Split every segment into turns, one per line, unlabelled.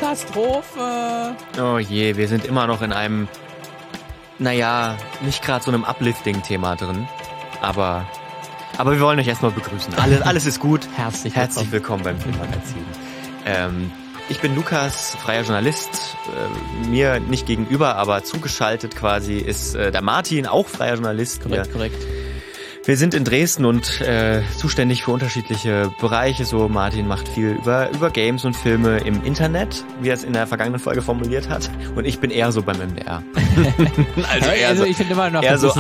Katastrophe.
Oh je, wir sind immer noch in einem, naja, nicht gerade so einem Uplifting-Thema drin, aber wir wollen euch erstmal begrüßen. Alles ist gut.
Herzlich
willkommen beim Filmmagazin. Ich bin Lukas, freier Journalist. Mir nicht gegenüber, aber zugeschaltet quasi ist der Martin, auch freier Journalist.
Korrekt.
Wir sind in Dresden und zuständig für unterschiedliche Bereiche. So, Martin macht viel über Games und Filme im Internet, wie er es in der vergangenen Folge formuliert hat. Und ich bin eher so beim MDR.
also ich finde immer noch
eher so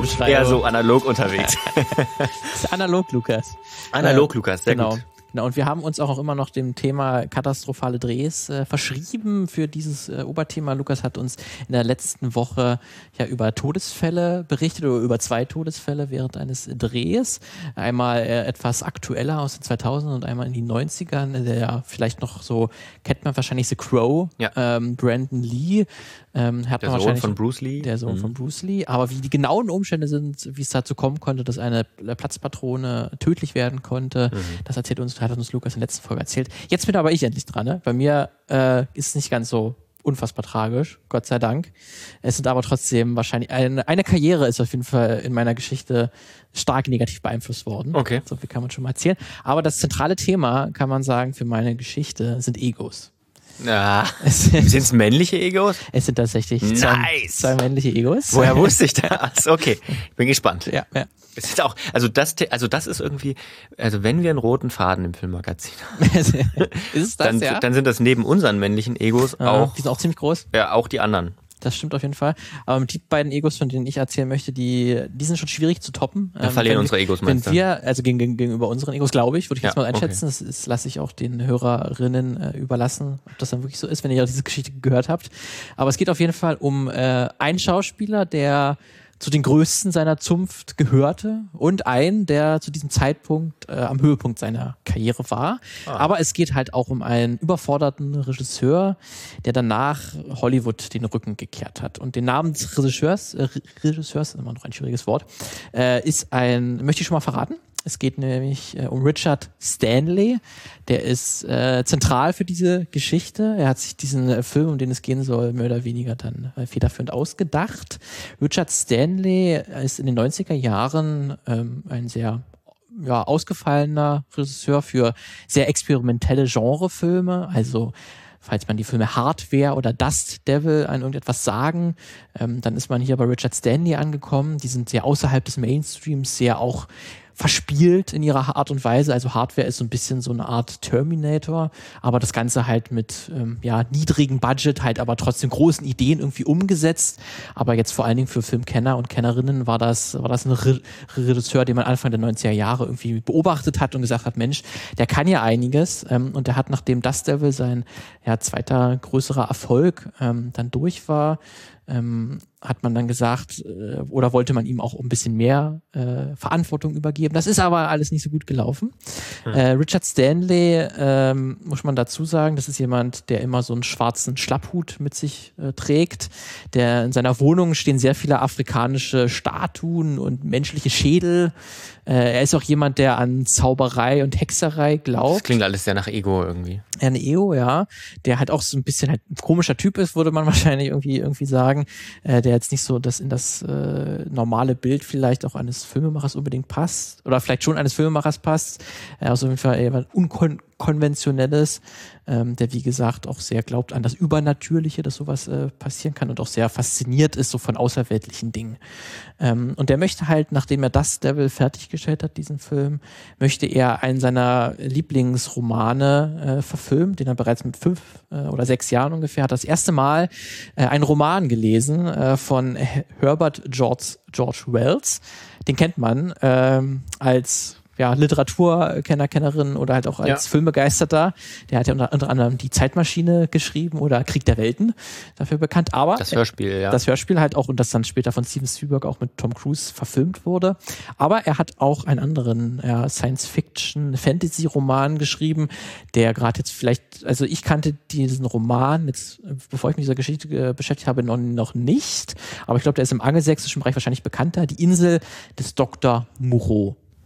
analog unterwegs.
Das ist analog, Lukas.
Lukas, sehr gut.
Genau, und wir haben uns auch immer noch dem Thema katastrophale Drehs verschrieben für dieses Oberthema. Lukas hat uns in der letzten Woche ja über Todesfälle berichtet oder über 2 Todesfälle während eines Drehs. Einmal etwas aktueller aus den 2000ern und einmal in die 90ern. Der vielleicht noch so, kennt man wahrscheinlich The Crow, Brandon Lee.
Der Sohn von Bruce Lee.
Der Sohn von Bruce Lee. Aber wie die genauen Umstände sind, wie es dazu kommen konnte, dass eine Platzpatrone tödlich werden konnte, das hat uns Lukas in der letzten Folge erzählt. Jetzt bin aber ich endlich dran. Ne? Bei mir ist es nicht ganz so unfassbar tragisch, Gott sei Dank. Es sind aber trotzdem wahrscheinlich, eine Karriere ist auf jeden Fall in meiner Geschichte stark negativ beeinflusst worden.
Okay.
So viel kann man schon mal erzählen. Aber das zentrale Thema, kann man sagen, für meine Geschichte sind Egos.
Ja. Sind es männliche Egos?
Es sind tatsächlich zwei männliche Egos.
Woher wusste ich das? Okay, bin gespannt.
Ja.
Es ist auch, das ist irgendwie, also wenn wir einen roten Faden im Filmmagazin haben,
ist das,
dann sind das neben unseren männlichen Egos auch.
Die sind auch ziemlich groß.
Ja, auch die anderen.
Das stimmt auf jeden Fall. Aber die beiden Egos, von denen ich erzählen möchte, die sind schon schwierig zu toppen.
Wir verlieren unsere Egos, meinst du?
Wenn wir, also gegenüber unseren Egos, glaube ich, würde ich jetzt mal einschätzen.
Okay.
Das lasse ich auch den Hörerinnen überlassen, ob das dann wirklich so ist, wenn ihr auch diese Geschichte gehört habt. Aber es geht auf jeden Fall um einen Schauspieler, der zu den größten seiner Zunft gehörte und einen, der zu diesem Zeitpunkt am Höhepunkt seiner Karriere war. Aber es geht halt auch um einen überforderten Regisseur, der danach Hollywood den Rücken gekehrt hat. Und den Namen des Regisseurs, immer noch ein schwieriges Wort, möchte ich schon mal verraten? Es geht nämlich um Richard Stanley. Der ist zentral für diese Geschichte. Er hat sich diesen Film, um den es gehen soll, mehr oder weniger dann federführend ausgedacht. Richard Stanley ist in den 90er Jahren ein sehr ausgefallener Regisseur für sehr experimentelle Genrefilme. Also falls man die Filme Hardware oder Dust Devil an irgendetwas sagen, dann ist man hier bei Richard Stanley angekommen. Die sind sehr außerhalb des Mainstreams, sehr auch verspielt in ihrer Art und Weise. Also Hardware ist so ein bisschen so eine Art Terminator, aber das Ganze halt mit niedrigem Budget, halt aber trotzdem großen Ideen irgendwie umgesetzt. Aber jetzt vor allen Dingen für Filmkenner und Kennerinnen war das ein Regisseur, den man Anfang der 90er Jahre irgendwie beobachtet hat und gesagt hat, Mensch, der kann ja einiges. Und der hat, nachdem Dust Devil sein zweiter größerer Erfolg dann durch war, hat man dann gesagt, oder wollte man ihm auch ein bisschen mehr Verantwortung übergeben. Das ist aber alles nicht so gut gelaufen. Richard Stanley, muss man dazu sagen, das ist jemand, der immer so einen schwarzen Schlapphut mit sich trägt. In seiner Wohnung stehen sehr viele afrikanische Statuen und menschliche Schädel. Er ist auch jemand, der an Zauberei und Hexerei glaubt.
Das klingt alles sehr nach Ego irgendwie.
Ein Ego, ja. Der halt auch so ein bisschen halt ein komischer Typ ist, würde man wahrscheinlich irgendwie sagen. Der jetzt nicht so in das normale Bild vielleicht auch eines Filmemachers unbedingt passt. Oder vielleicht schon eines Filmemachers passt. Also auf jeden Fall jemand Unkonventionelles, der wie gesagt auch sehr glaubt an das Übernatürliche, dass sowas passieren kann und auch sehr fasziniert ist so von außerweltlichen Dingen. Und der möchte halt, nachdem er Dust Devil fertiggestellt hat, diesen Film, möchte er einen seiner Lieblingsromane verfilmen, den er bereits mit 5 oder 6 Jahren ungefähr hat. Das erste Mal einen Roman gelesen von Herbert George Wells. Den kennt man als Literaturkenner, oder halt auch als Filmbegeisterter. Der hat ja unter anderem die Zeitmaschine geschrieben oder Krieg der Welten, dafür bekannt. Aber
das Hörspiel,
das Hörspiel halt auch, und das dann später von Steven Spielberg auch mit Tom Cruise verfilmt wurde. Aber er hat auch einen anderen Science-Fiction-Fantasy-Roman geschrieben, der gerade jetzt vielleicht, also ich kannte diesen Roman jetzt, bevor ich mich mit dieser Geschichte beschäftigt habe, noch nicht. Aber ich glaube, der ist im angelsächsischen Bereich wahrscheinlich bekannter. Die Insel des Dr. Moreau.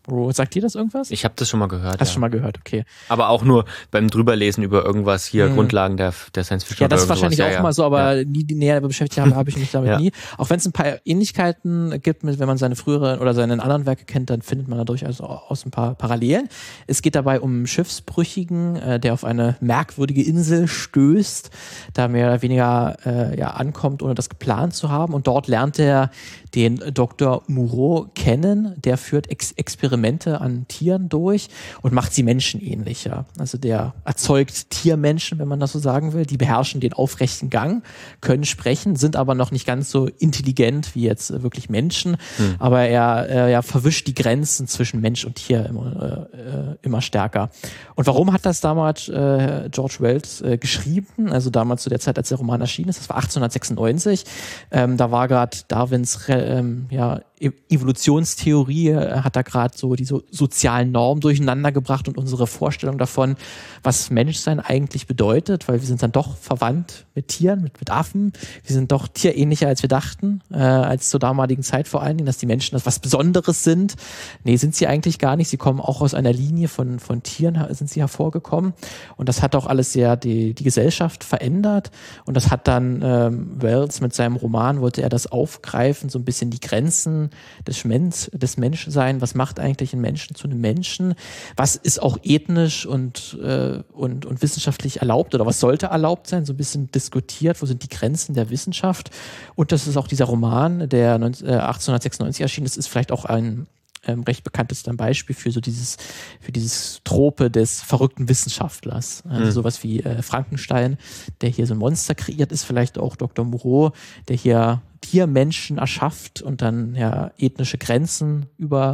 Sagt dir das irgendwas?
Ich habe das schon mal gehört.
Hast du schon mal gehört, okay.
Aber auch nur beim Drüberlesen über irgendwas hier, Grundlagen der Science Fiction.
Ja, das ist wahrscheinlich auch mal so, aber nie näher beschäftigt habe ich mich damit nie. Auch wenn es ein paar Ähnlichkeiten gibt, wenn man seine früheren oder seine anderen Werke kennt, dann findet man da durchaus aus ein paar Parallelen. Es geht dabei um einen Schiffsbrüchigen, der auf eine merkwürdige Insel stößt, da mehr oder weniger ankommt, ohne das geplant zu haben. Und dort lernt er den Dr. Moreau kennen, der führt Experimente an Tieren durch und macht sie menschenähnlicher. Also der erzeugt Tiermenschen, wenn man das so sagen will. Die beherrschen den aufrechten Gang, können sprechen, sind aber noch nicht ganz so intelligent wie jetzt wirklich Menschen. Aber er verwischt die Grenzen zwischen Mensch und Tier immer stärker. Und warum hat das damals George Wells geschrieben? Also damals zu der Zeit, als der Roman erschienen ist, das war 1896. Da war gerade Darwins Evolutionstheorie hat da gerade so die sozialen Normen durcheinander gebracht und unsere Vorstellung davon, was Menschsein eigentlich bedeutet, weil wir sind dann doch verwandt mit Tieren, mit Affen. Wir sind doch tierähnlicher, als wir dachten, als zur damaligen Zeit vor allen Dingen, dass die Menschen das was Besonderes sind. Nee, sind sie eigentlich gar nicht. Sie kommen auch aus einer Linie von Tieren, sind sie hervorgekommen. Und das hat auch alles sehr die Gesellschaft verändert. Und das hat dann Wells mit seinem Roman, wollte er das aufgreifen, so ein bisschen die Grenzen des Menschseins. Was macht eigentlich einen Menschen zu einem Menschen? Was ist auch ethnisch und wissenschaftlich erlaubt oder was sollte erlaubt sein? So ein bisschen diskutiert, wo sind die Grenzen der Wissenschaft? Und das ist auch dieser Roman, der 1896 erschienen ist, vielleicht auch ein recht bekanntes Beispiel für dieses Trope des verrückten Wissenschaftlers. Also sowas wie Frankenstein, der hier so ein Monster kreiert, ist vielleicht auch Dr. Moreau, der hier Tiermenschen erschafft und dann ethnische Grenzen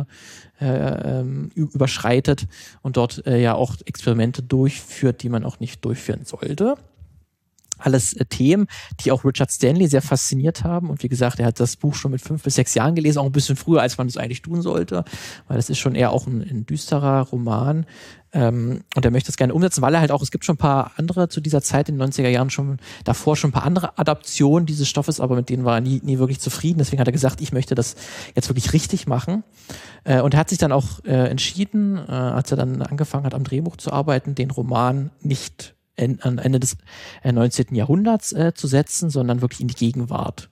überschreitet und dort auch Experimente durchführt, die man auch nicht durchführen sollte. Alles Themen, die auch Richard Stanley sehr fasziniert haben. Und wie gesagt, er hat das Buch schon mit 5 bis 6 Jahren gelesen, auch ein bisschen früher, als man es eigentlich tun sollte, weil das ist schon eher auch ein düsterer Roman. Und er möchte es gerne umsetzen, weil er halt auch, es gibt schon ein paar andere zu dieser Zeit in den 90er Jahren davor schon ein paar andere Adaptionen dieses Stoffes, aber mit denen war er nie wirklich zufrieden. Deswegen hat er gesagt, ich möchte das jetzt wirklich richtig machen. Und er hat sich dann auch entschieden, als er dann angefangen hat, am Drehbuch zu arbeiten, den Roman nicht an Ende des 19. Jahrhunderts zu setzen, sondern wirklich in die Gegenwart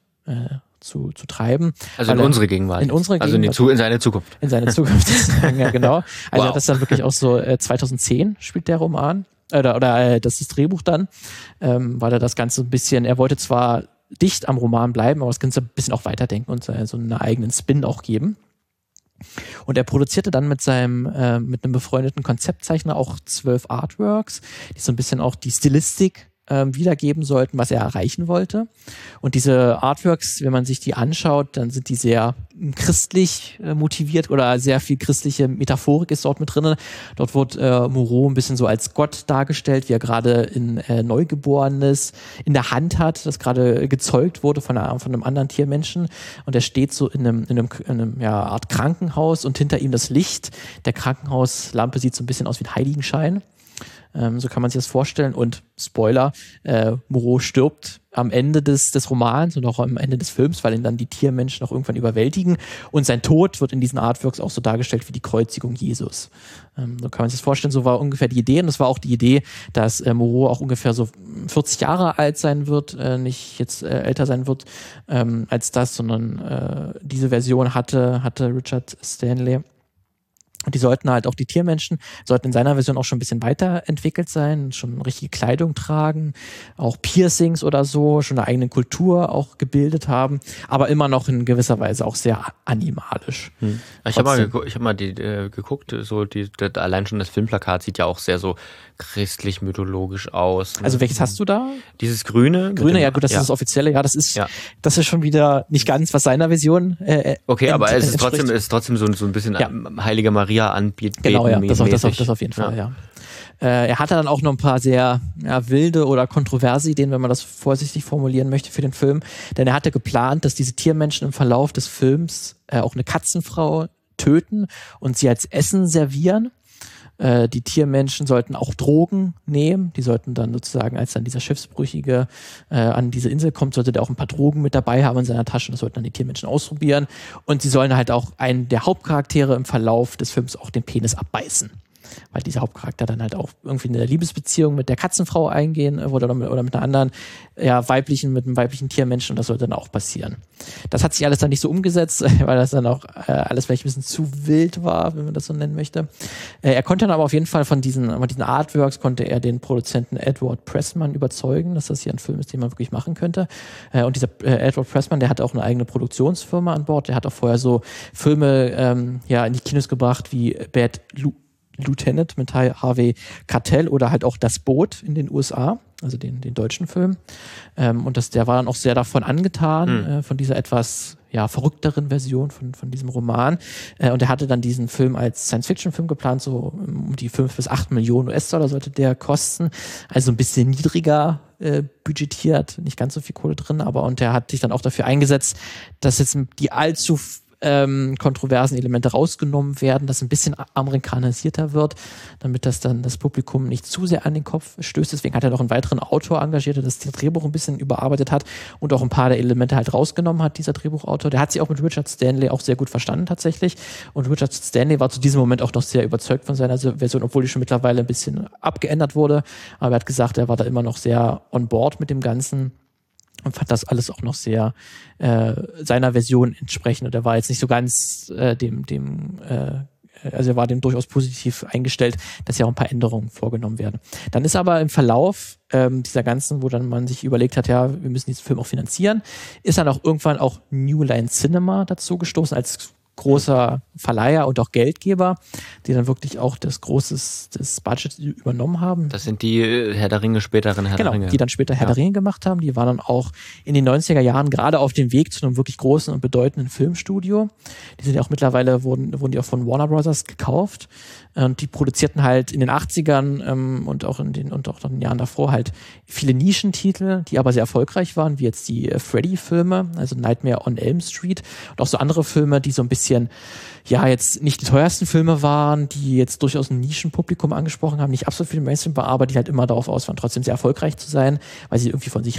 zu treiben.
Also in unsere Gegenwart.
In unsere
Gegenwart. Also in seine Zukunft.
In seine Zukunft, ja genau. Also das ist dann wirklich auch so 2010 spielt der Roman oder das ist das Drehbuch dann, weil er das Ganze ein bisschen, er wollte zwar dicht am Roman bleiben, aber das Ganze ein bisschen auch weiterdenken und so einen eigenen Spin auch geben. Und er produzierte dann mit einem befreundeten Konzeptzeichner auch 12 Artworks, die so ein bisschen auch die Stilistik wiedergeben sollten, was er erreichen wollte. Und diese Artworks, wenn man sich die anschaut, dann sind die sehr christlich motiviert oder sehr viel christliche Metaphorik ist dort mit drin. Dort wird Moreau ein bisschen so als Gott dargestellt, wie er gerade ein Neugeborenes in der Hand hat, das gerade gezeugt wurde von einem anderen Tiermenschen. Und er steht so in einem Art Krankenhaus und hinter ihm das Licht. Der Krankenhauslampe sieht so ein bisschen aus wie ein Heiligenschein. So kann man sich das vorstellen. Und Spoiler, Moreau stirbt am Ende des Romans und auch am Ende des Films, weil ihn dann die Tiermenschen auch irgendwann überwältigen. Und sein Tod wird in diesen Artworks auch so dargestellt wie die Kreuzigung Jesus. So kann man sich das vorstellen. So war ungefähr die Idee. Und das war auch die Idee, dass Moreau auch ungefähr so 40 Jahre alt sein wird, nicht jetzt älter sein wird als das, sondern diese Version hatte Richard Stanley. Und die sollten halt auch, die Tiermenschen sollten in seiner Version auch schon ein bisschen weiterentwickelt sein, schon richtige Kleidung tragen, auch Piercings oder so, schon eine eigene Kultur auch gebildet haben, aber immer noch in gewisser Weise auch sehr animalisch.
Ich habe mal geguckt, allein schon das Filmplakat sieht ja auch sehr so christlich-mythologisch aus.
Also welches hast du da?
Dieses Grüne.
Grüne, ja gut, das ist das Offizielle, das ist schon wieder nicht ganz, was seiner Version
okay, aber es ist trotzdem so ein bisschen Heilige Maria anbietet.
Genau, ja, das auf jeden Fall, ja. Er hatte dann auch noch ein paar sehr wilde oder kontroverse Ideen, wenn man das vorsichtig formulieren möchte für den Film, denn er hatte geplant, dass diese Tiermenschen im Verlauf des Films auch eine Katzenfrau töten und sie als Essen servieren. Die Tiermenschen sollten auch Drogen nehmen. Die sollten dann sozusagen, als dann dieser Schiffsbrüchige an diese Insel kommt, sollte der auch ein paar Drogen mit dabei haben in seiner Tasche. Das sollten dann die Tiermenschen ausprobieren. Und sie sollen halt auch einen der Hauptcharaktere im Verlauf des Films auch den Penis abbeißen. Weil dieser Hauptcharakter dann halt auch irgendwie eine Liebesbeziehung mit der Katzenfrau eingehen oder mit einer anderen, ja, mit einem weiblichen Tiermenschen, und das sollte dann auch passieren. Das hat sich alles dann nicht so umgesetzt, weil das dann auch alles vielleicht ein bisschen zu wild war, wenn man das so nennen möchte. Er konnte dann aber auf jeden Fall von diesen Artworks konnte er den Produzenten Edward Pressman überzeugen, dass das hier ein Film ist, den man wirklich machen könnte. Und dieser Edward Pressman, der hat auch eine eigene Produktionsfirma an Bord, der hat auch vorher so Filme in die Kinos gebracht wie Bad Lieutenant mit Harvey Keitel oder halt auch Das Boot in den USA, also den deutschen Film. Und der war dann auch sehr davon angetan, von dieser etwas verrückteren Version von diesem Roman. Und er hatte dann diesen Film als Science-Fiction-Film geplant, so um die 5 bis 8 Millionen US-Dollar sollte der kosten. Also ein bisschen niedriger budgetiert, nicht ganz so viel Kohle drin, und er hat sich dann auch dafür eingesetzt, dass jetzt die allzu kontroversen Elemente rausgenommen werden, dass ein bisschen amerikanisierter wird, damit das dann das Publikum nicht zu sehr an den Kopf stößt. Deswegen hat er noch einen weiteren Autor engagiert, der das Drehbuch ein bisschen überarbeitet hat und auch ein paar der Elemente halt rausgenommen hat, dieser Drehbuchautor. Der hat sich auch mit Richard Stanley auch sehr gut verstanden tatsächlich, und Richard Stanley war zu diesem Moment auch noch sehr überzeugt von seiner Version, obwohl die schon mittlerweile ein bisschen abgeändert wurde, aber er hat gesagt, er war da immer noch sehr on board mit dem Ganzen und fand das alles auch noch sehr seiner Version entsprechend. Und er war jetzt nicht so ganz also er war dem durchaus positiv eingestellt, dass ja auch ein paar Änderungen vorgenommen werden. Dann ist aber im Verlauf dieser ganzen, wo dann man sich überlegt hat, ja, wir müssen diesen Film auch finanzieren, ist dann auch irgendwann auch New Line Cinema dazu gestoßen als großer Verleiher und auch Geldgeber, die dann wirklich auch das Budget übernommen haben.
Das sind die Herr der Ringe, späteren Herr der Ringe.
Die dann später Herr der Ringe gemacht haben. Die waren dann auch in den 90er Jahren gerade auf dem Weg zu einem wirklich großen und bedeutenden Filmstudio. Die sind ja auch mittlerweile, wurden die auch von Warner Brothers gekauft. Und die produzierten halt in den 80ern und auch in den Jahren davor halt viele Nischentitel, die aber sehr erfolgreich waren, wie jetzt die Freddy-Filme, also Nightmare on Elm Street und auch so andere Filme, die so ein bisschen, jetzt nicht die teuersten Filme waren, die jetzt durchaus ein Nischenpublikum angesprochen haben, nicht absolut für den Mainstream war, aber die halt immer darauf aus waren, trotzdem sehr erfolgreich zu sein, weil sie irgendwie von sich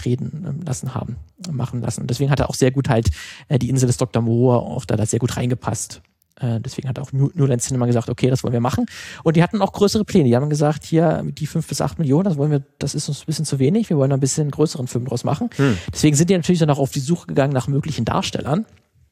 machen lassen. Und deswegen hat er auch sehr gut halt die Insel des Dr. Moreau auch da sehr gut reingepasst. Deswegen hat auch New Line Cinema gesagt, okay, das wollen wir machen. Und die hatten auch größere Pläne. Die haben gesagt, hier, die 5 bis 8 Millionen, das ist uns ein bisschen zu wenig. Wir wollen ein bisschen größeren Film draus machen. Deswegen sind die natürlich dann auch auf die Suche gegangen nach möglichen Darstellern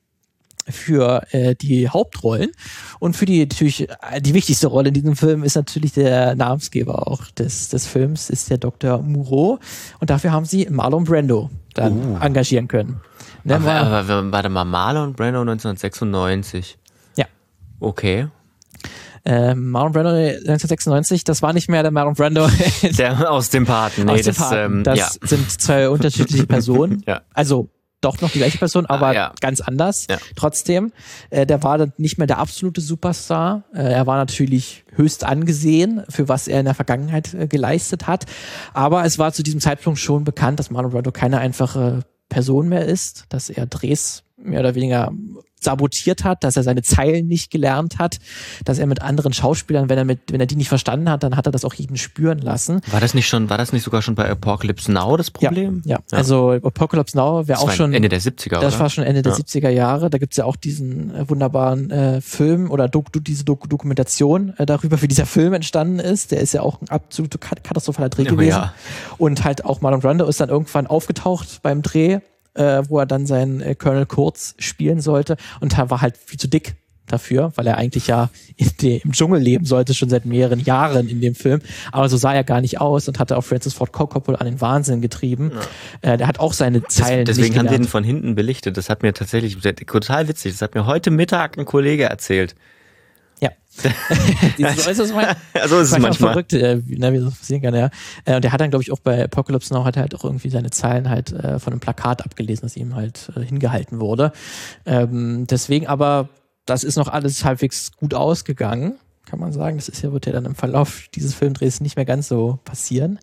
für die Hauptrollen. Und für die wichtigste Rolle in diesem Film ist natürlich der Namensgeber auch des Films, ist der Dr. Moreau. Und dafür haben sie Marlon Brando dann engagieren können.
Aber warte mal, Marlon Brando 1996. Okay.
Marlon Brando 1996, das war nicht mehr der Marlon Brando.
Der aus dem Paten.
Nee, das sind zwei unterschiedliche Personen.
Ja.
Also doch noch die gleiche Person, aber ganz anders. Ja. Trotzdem, der war dann nicht mehr der absolute Superstar. Er war natürlich höchst angesehen, für was er in der Vergangenheit geleistet hat. Aber es war zu diesem Zeitpunkt schon bekannt, dass Marlon Brando keine einfache Person mehr ist, dass er Drehs mehr oder weniger sabotiert hat, dass er seine Zeilen nicht gelernt hat, dass er mit anderen Schauspielern, wenn er die nicht verstanden hat, dann hat er das auch jeden spüren lassen.
War das nicht sogar schon bei Apocalypse Now das Problem?
Ja. Also Apocalypse Now wäre auch schon
Ende der 70er,
Das war schon Ende der 70er Jahre. Da gibt's ja auch diesen wunderbaren Film oder diese Dokumentation darüber, wie dieser Film entstanden ist. Der ist ja auch ein absolut katastrophaler Dreh gewesen. Ja. Und halt auch Marlon Brando ist dann irgendwann aufgetaucht beim Dreh, wo er dann seinen Colonel Kurtz spielen sollte, und er war halt viel zu dick dafür, weil er eigentlich ja im Dschungel leben sollte, schon seit mehreren Jahren in dem Film, aber so sah er gar nicht aus und hatte auch Francis Ford Coppola an den Wahnsinn getrieben. Ja. Der hat auch seine Zeilen
Deswegen
nicht gelernt.
haben sie ihn von hinten belichtet, das hat mir tatsächlich total witzig, das hat mir heute Mittag ein Kollege erzählt.
Ja. So ist es
manchmal.
Verrückt, wie das passieren kann, ja. Und der hat dann, glaube ich, auch bei Apocalypse Now hat er halt auch irgendwie seine Zeilen halt von einem Plakat abgelesen, das ihm halt hingehalten wurde. Deswegen aber, das ist noch alles halbwegs gut ausgegangen. kann man sagen. Das wird ja dann im Verlauf dieses Filmdrehs nicht mehr ganz so passieren.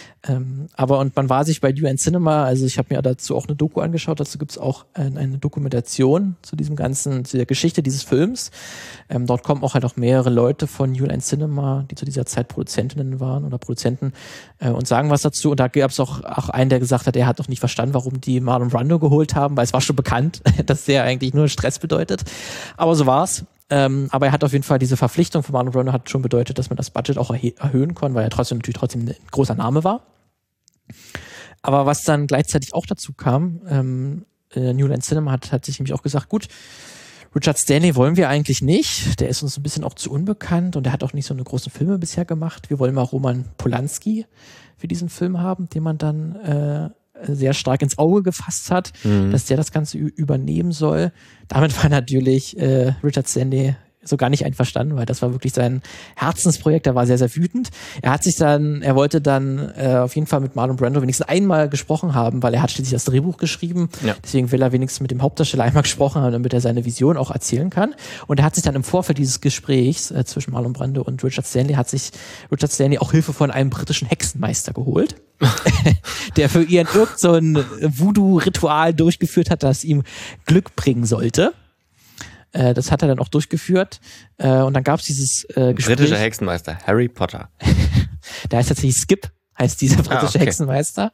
Und man war sich bei UN Cinema, also ich habe mir dazu auch eine Doku angeschaut, dazu gibt es auch eine Dokumentation zu zu der Geschichte dieses Films. Dort kommen auch halt auch mehrere Leute von UN Cinema, die zu dieser Zeit Produzentinnen waren oder Produzenten und sagen was dazu. Und da gab es auch einen, der gesagt hat, er hat noch nicht verstanden, warum die Marlon Brando geholt haben, weil es war schon bekannt, dass der eigentlich nur Stress bedeutet. Aber so war's. Aber er hat auf jeden Fall diese Verpflichtung von Marlon Brando hat schon bedeutet, dass man das Budget auch erhöhen konnte, weil er trotzdem ein großer Name war. Aber was dann gleichzeitig auch dazu kam, New Line Cinema hat sich nämlich auch gesagt, gut, Richard Stanley wollen wir eigentlich nicht, der ist uns ein bisschen auch zu unbekannt und der hat auch nicht so eine großen Filme bisher gemacht. Wir wollen mal Roman Polanski für diesen Film haben, den man dann sehr stark ins Auge gefasst hat, dass der das Ganze übernehmen soll. Damit war natürlich Richard Stanley so gar nicht einverstanden, weil das war wirklich sein Herzensprojekt, er war sehr, sehr wütend. Er wollte dann auf jeden Fall mit Marlon Brando wenigstens einmal gesprochen haben, weil er hat schließlich das Drehbuch geschrieben, deswegen will er wenigstens mit dem Hauptdarsteller einmal gesprochen haben, damit er seine Vision auch erzählen kann. Und er hat sich dann im Vorfeld dieses Gesprächs zwischen Marlon Brando und Richard Stanley auch Hilfe von einem britischen Hexenmeister geholt, der für ihn irgend so ein Voodoo-Ritual durchgeführt hat, das ihm Glück bringen sollte. Das hat er dann auch durchgeführt. Und dann gab es dieses Gespräch.
Britischer Hexenmeister, Harry Potter.
Der heißt tatsächlich Skip, heißt dieser britische Hexenmeister.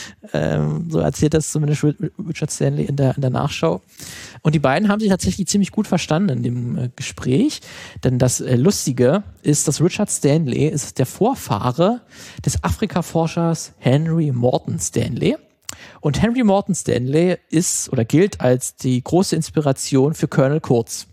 So erzählt das zumindest Richard Stanley in der Nachschau. Und die beiden haben sich tatsächlich ziemlich gut verstanden in dem Gespräch. Denn das Lustige ist, dass Richard Stanley ist der Vorfahre des Afrikaforschers Henry Morton Stanley. Und Henry Morton Stanley gilt als die große Inspiration für Colonel Kurtz.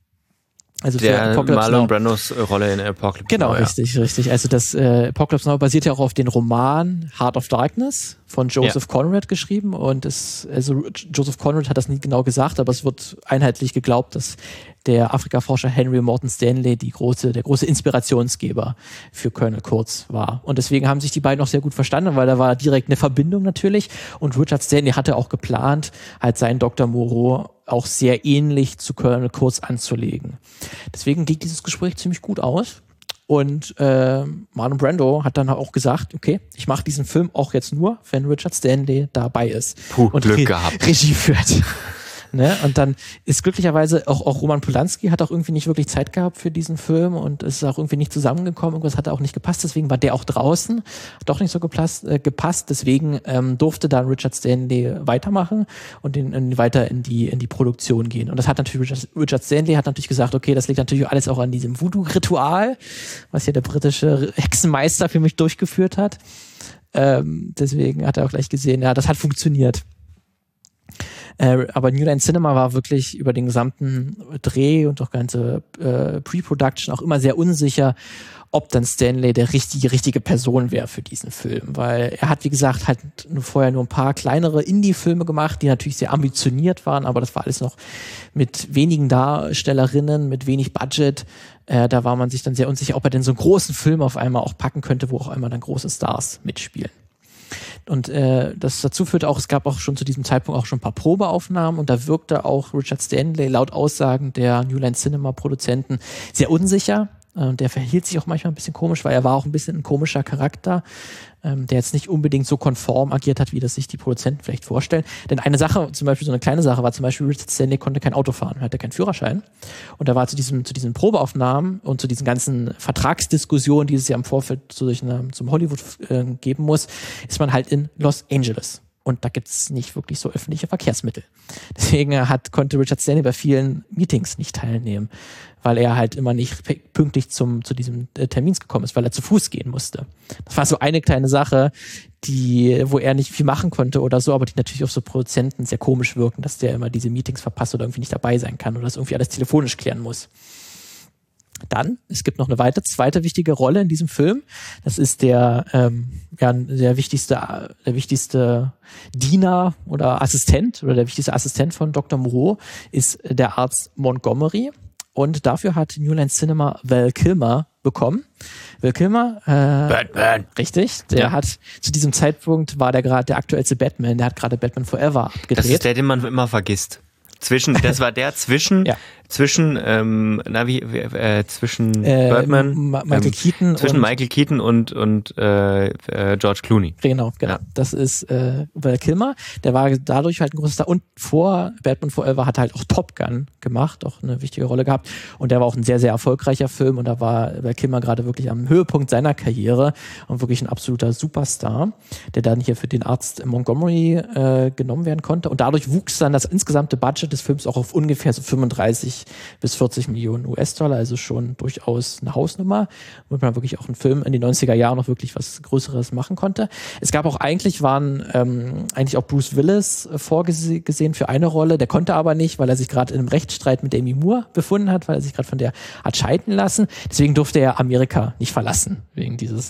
Also
der Marlon Brandos Rolle in Apocalypse
Now. Genau, richtig. Also das Apocalypse Now basiert ja auch auf den Roman Heart of Darkness von Joseph Conrad geschrieben. Und Joseph Conrad hat das nie genau gesagt, aber es wird einheitlich geglaubt, dass der Afrikaforscher Henry Morton Stanley der große Inspirationsgeber für Colonel Kurtz war. Und deswegen haben sich die beiden auch sehr gut verstanden, weil da war direkt eine Verbindung natürlich. Und Richard Stanley hatte auch geplant, halt seinen Dr. Moreau auch sehr ähnlich zu Colonel Kurtz anzulegen. Deswegen ging dieses Gespräch ziemlich gut aus. Und Marlon Brando hat dann auch gesagt, okay, ich mache diesen Film auch jetzt nur, wenn Richard Stanley dabei ist.
Und Glück gehabt.
Regie führt. Ne? Und dann ist glücklicherweise auch Roman Polanski hat auch irgendwie nicht wirklich Zeit gehabt für diesen Film und ist auch irgendwie nicht zusammengekommen. Irgendwas hat auch nicht gepasst, deswegen war der auch draußen. Hat doch nicht so gepasst. Deswegen durfte dann Richard Stanley weitermachen und weiter in die Produktion gehen. Und das hat natürlich Richard Stanley hat natürlich gesagt, okay, das liegt natürlich alles auch an diesem Voodoo-Ritual, was hier der britische Hexenmeister für mich durchgeführt hat. Deswegen hat er auch gleich gesehen, ja, das hat funktioniert. Aber New Line Cinema war wirklich über den gesamten Dreh und auch ganze Pre-Production auch immer sehr unsicher, ob dann Stanley der richtige Person wäre für diesen Film. Weil er hat, wie gesagt, halt vorher nur ein paar kleinere Indie-Filme gemacht, die natürlich sehr ambitioniert waren, aber das war alles noch mit wenigen Darstellerinnen, mit wenig Budget. Da war man sich dann sehr unsicher, ob er denn so einen großen Film auf einmal auch packen könnte, wo auch einmal dann große Stars mitspielen. Und das dazu führte auch, es gab auch schon zu diesem Zeitpunkt auch schon ein paar Probeaufnahmen und da wirkte auch Richard Stanley laut Aussagen der New Line Cinema Produzenten sehr unsicher. Der verhielt sich auch manchmal ein bisschen komisch, weil er war auch ein bisschen ein komischer Charakter, der jetzt nicht unbedingt so konform agiert hat, wie das sich die Produzenten vielleicht vorstellen. Denn eine Sache, zum Beispiel so eine kleine Sache war zum Beispiel, Richard Stanley konnte kein Auto fahren, hatte keinen Führerschein. Und da war zu diesen Probeaufnahmen und zu diesen ganzen Vertragsdiskussionen, die es ja im Vorfeld zum Hollywood geben muss, ist man halt in Los Angeles. Und da gibt's nicht wirklich so öffentliche Verkehrsmittel. Deswegen konnte Richard Stanley bei vielen Meetings nicht teilnehmen, weil er halt immer nicht pünktlich zu diesem Termin gekommen ist, weil er zu Fuß gehen musste. Das war so eine kleine Sache, wo er nicht viel machen konnte oder so, aber die natürlich auf so Produzenten sehr komisch wirken, dass der immer diese Meetings verpasst oder irgendwie nicht dabei sein kann oder das irgendwie alles telefonisch klären muss. Dann, es gibt noch eine zweite wichtige Rolle in diesem Film. Das ist der wichtigste Diener oder Assistent oder der wichtigste Assistent von Dr. Moreau ist der Arzt Montgomery. Und dafür hat New Line Cinema Val Kilmer bekommen. Val Kilmer,
Batman.
Richtig, der hat zu diesem Zeitpunkt war der gerade der aktuellste Batman, der hat gerade Batman Forever abgedreht.
Das ist der, den man immer vergisst. Das war der zwischen Birdman,
Michael Keaton
zwischen Michael Keaton und George Clooney.
Genau. Ja. Das ist Val Kilmer. Der war dadurch halt ein großer Star. Und vor Batman Forever hat er halt auch Top Gun gemacht, auch eine wichtige Rolle gehabt. Und der war auch ein sehr, sehr erfolgreicher Film. Und da war Val Kilmer gerade wirklich am Höhepunkt seiner Karriere und wirklich ein absoluter Superstar, der dann hier für den Arzt Montgomery genommen werden konnte. Und dadurch wuchs dann das insgesamte Budget des Films auch auf ungefähr so 35 bis 40 Millionen US-Dollar, also schon durchaus eine Hausnummer, womit man wirklich auch einen Film in den 90er Jahren noch wirklich was Größeres machen konnte. Es gab auch eigentlich auch Bruce Willis vorgesehen für eine Rolle, der konnte aber nicht, weil er sich gerade in einem Rechtsstreit mit Demi Moore befunden hat, weil er sich gerade von der hat scheiden lassen. Deswegen durfte er Amerika nicht verlassen, wegen dieses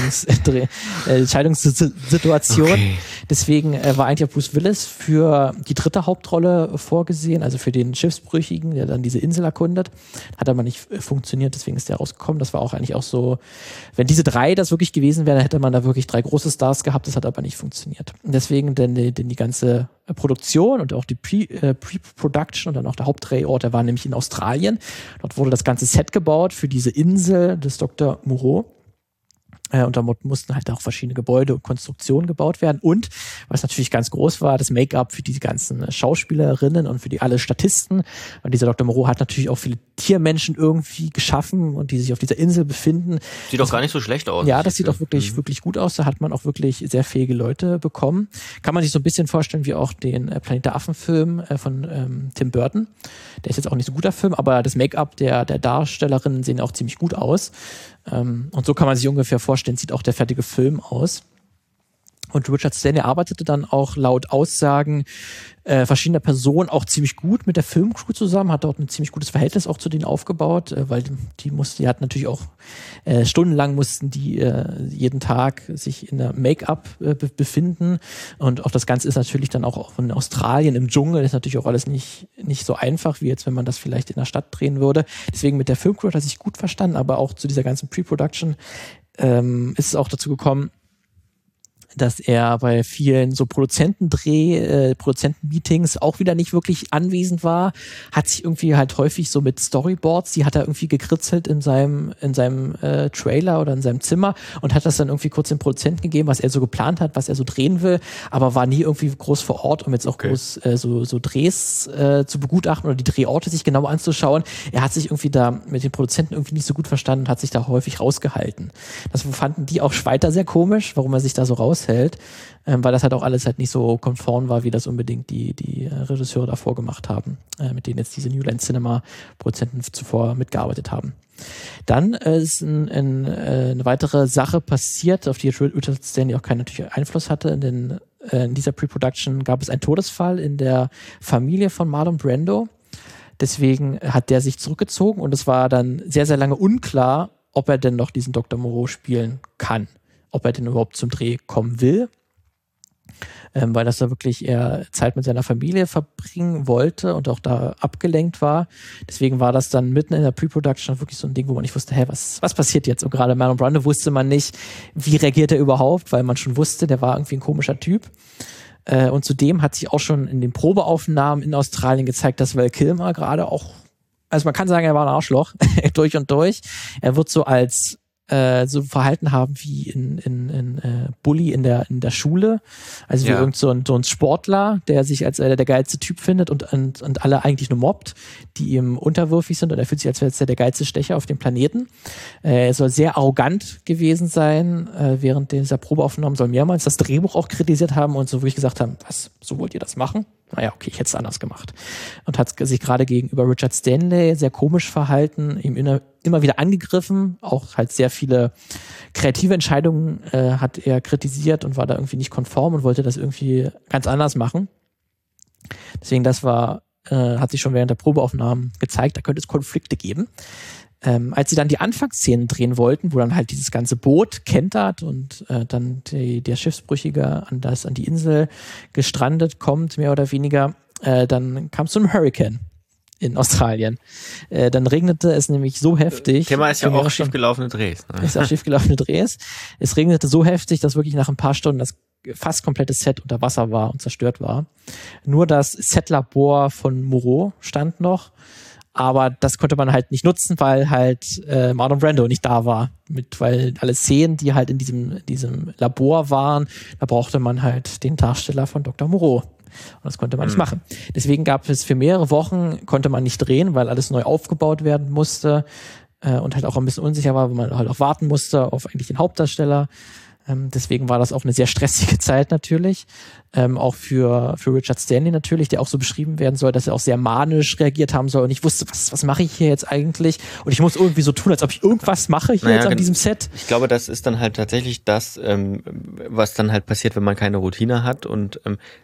Scheidungssituation. Okay. Deswegen war eigentlich auch Bruce Willis für die dritte Hauptrolle vorgesehen, also für den Schiffsbrüchigen, der dann diese Insel erkundet. Hat aber nicht funktioniert, deswegen ist der rausgekommen. Das war auch eigentlich auch so, wenn diese drei das wirklich gewesen wären, dann hätte man da wirklich 3 große Stars gehabt, das hat aber nicht funktioniert. Und deswegen denn die ganze Produktion und auch die Pre-Production und dann auch der Hauptdrehort, der war nämlich in Australien. Dort wurde das ganze Set gebaut für diese Insel des Dr. Moreau. Und da mussten halt auch verschiedene Gebäude und Konstruktionen gebaut werden. Und, was natürlich ganz groß war, das Make-up für die ganzen Schauspielerinnen und für alle Statisten. Und dieser Dr. Moreau hat natürlich auch viele Tiermenschen irgendwie geschaffen und die sich auf dieser Insel befinden.
Sieht auch gar nicht so schlecht aus.
Ja, das sieht auch wirklich, wirklich gut aus. Da hat man auch wirklich sehr fähige Leute bekommen. Kann man sich so ein bisschen vorstellen wie auch den Planet der Affen-Film von Tim Burton. Der ist jetzt auch nicht so ein guter Film, aber das Make-up der Darstellerinnen sehen auch ziemlich gut aus. Und so kann man sich ungefähr vorstellen, sieht auch der fertige Film aus. Und Richard Stanley arbeitete dann auch laut Aussagen verschiedener Personen auch ziemlich gut mit der Filmcrew zusammen, hat dort ein ziemlich gutes Verhältnis auch zu denen aufgebaut, weil die hatten natürlich auch stundenlang mussten die jeden Tag sich in der Make-up befinden und auch das Ganze ist natürlich dann auch in Australien im Dschungel, ist natürlich auch alles nicht so einfach, wie jetzt, wenn man das vielleicht in der Stadt drehen würde. Deswegen mit der Filmcrew hat er sich gut verstanden, aber auch zu dieser ganzen Pre-Production ist es auch dazu gekommen, dass er bei vielen so Produzentenmeetings auch wieder nicht wirklich anwesend war, hat sich irgendwie halt häufig so mit Storyboards, die hat er irgendwie gekritzelt in seinem Trailer oder in seinem Zimmer und hat das dann irgendwie kurz dem Produzenten gegeben, was er so geplant hat, was er so drehen will, aber war nie irgendwie groß vor Ort, um jetzt auch groß so Drehs zu begutachten oder die Drehorte sich genau anzuschauen. Er hat sich irgendwie da mit den Produzenten irgendwie nicht so gut verstanden und hat sich da häufig rausgehalten. Das fanden die auch weiter sehr komisch, warum er sich da so raushält, weil das halt auch alles halt nicht so konform war, wie das unbedingt die Regisseure davor gemacht haben, mit denen jetzt diese New Line Cinema Produzenten zuvor mitgearbeitet haben. Dann ist eine weitere Sache passiert, auf die Richard Stanley auch keinen natürlich Einfluss hatte. In dieser Pre-Production gab es einen Todesfall in der Familie von Marlon Brando. Deswegen hat der sich zurückgezogen und es war dann sehr, sehr lange unklar, ob er denn noch diesen Dr. Moreau spielen kann. Ob er denn überhaupt zum Dreh kommen will, weil das da wirklich eher Zeit mit seiner Familie verbringen wollte und auch da abgelenkt war. Deswegen war das dann mitten in der Pre-Production wirklich so ein Ding, wo man nicht wusste, was passiert jetzt? Und gerade Marlon Brando wusste man nicht, wie reagiert er überhaupt, weil man schon wusste, der war irgendwie ein komischer Typ. Und zudem hat sich auch schon in den Probeaufnahmen in Australien gezeigt, dass Val Kilmer gerade auch, also man kann sagen, er war ein Arschloch, durch und durch. Er wird so als so Verhalten haben wie in Bully in der Schule, also wie irgend so ein Sportler, der sich als der geilste Typ findet und alle eigentlich nur mobbt, die ihm unterwürfig sind und er fühlt sich als wäre er der geilste Stecher auf dem Planeten. Er soll sehr arrogant gewesen sein, während dieser Probeaufnahmen soll mehrmals das Drehbuch auch kritisiert haben und so wirklich gesagt haben, was, so wollt ihr das machen? Naja, okay, ich hätte es anders gemacht. Und hat sich gerade gegenüber Richard Stanley sehr komisch verhalten, ihm immer wieder angegriffen, auch halt sehr viele kreative Entscheidungen hat er kritisiert und war da irgendwie nicht konform und wollte das irgendwie ganz anders machen. Deswegen hat sich schon während der Probeaufnahmen gezeigt, da könnte es Konflikte geben. Als sie dann die Anfangsszenen drehen wollten, wo dann halt dieses ganze Boot kentert und dann der Schiffsbrüchige an die Insel gestrandet kommt, mehr oder weniger, dann kam es zu einem Hurricane in Australien. Dann regnete es nämlich so heftig.
Thema ist ja auch schiefgelaufene Drehs.
Ne? Ist auch schiefgelaufene Drehs. Es regnete so heftig, dass wirklich nach ein paar Stunden das fast komplettes Set unter Wasser war und zerstört war. Nur das Setlabor von Moreau stand noch, aber das konnte man halt nicht nutzen, weil halt Marlon Brando nicht da war. Weil alle Szenen, die halt in diesem Labor waren, da brauchte man halt den Darsteller von Dr. Moreau. Und das konnte man nicht machen. Deswegen gab es für mehrere Wochen, konnte man nicht drehen, weil alles neu aufgebaut werden musste und halt auch ein bisschen unsicher war, weil man halt auch warten musste auf eigentlich den Hauptdarsteller. Deswegen war das auch eine sehr stressige Zeit natürlich. Auch für Richard Stanley natürlich, der auch so beschrieben werden soll, dass er auch sehr manisch reagiert haben soll und ich wusste, was mache ich hier jetzt eigentlich? Und ich muss irgendwie so tun, als ob ich irgendwas mache hier jetzt an diesem Set.
Ich glaube, das ist dann halt tatsächlich das, was dann halt passiert, wenn man keine Routine hat und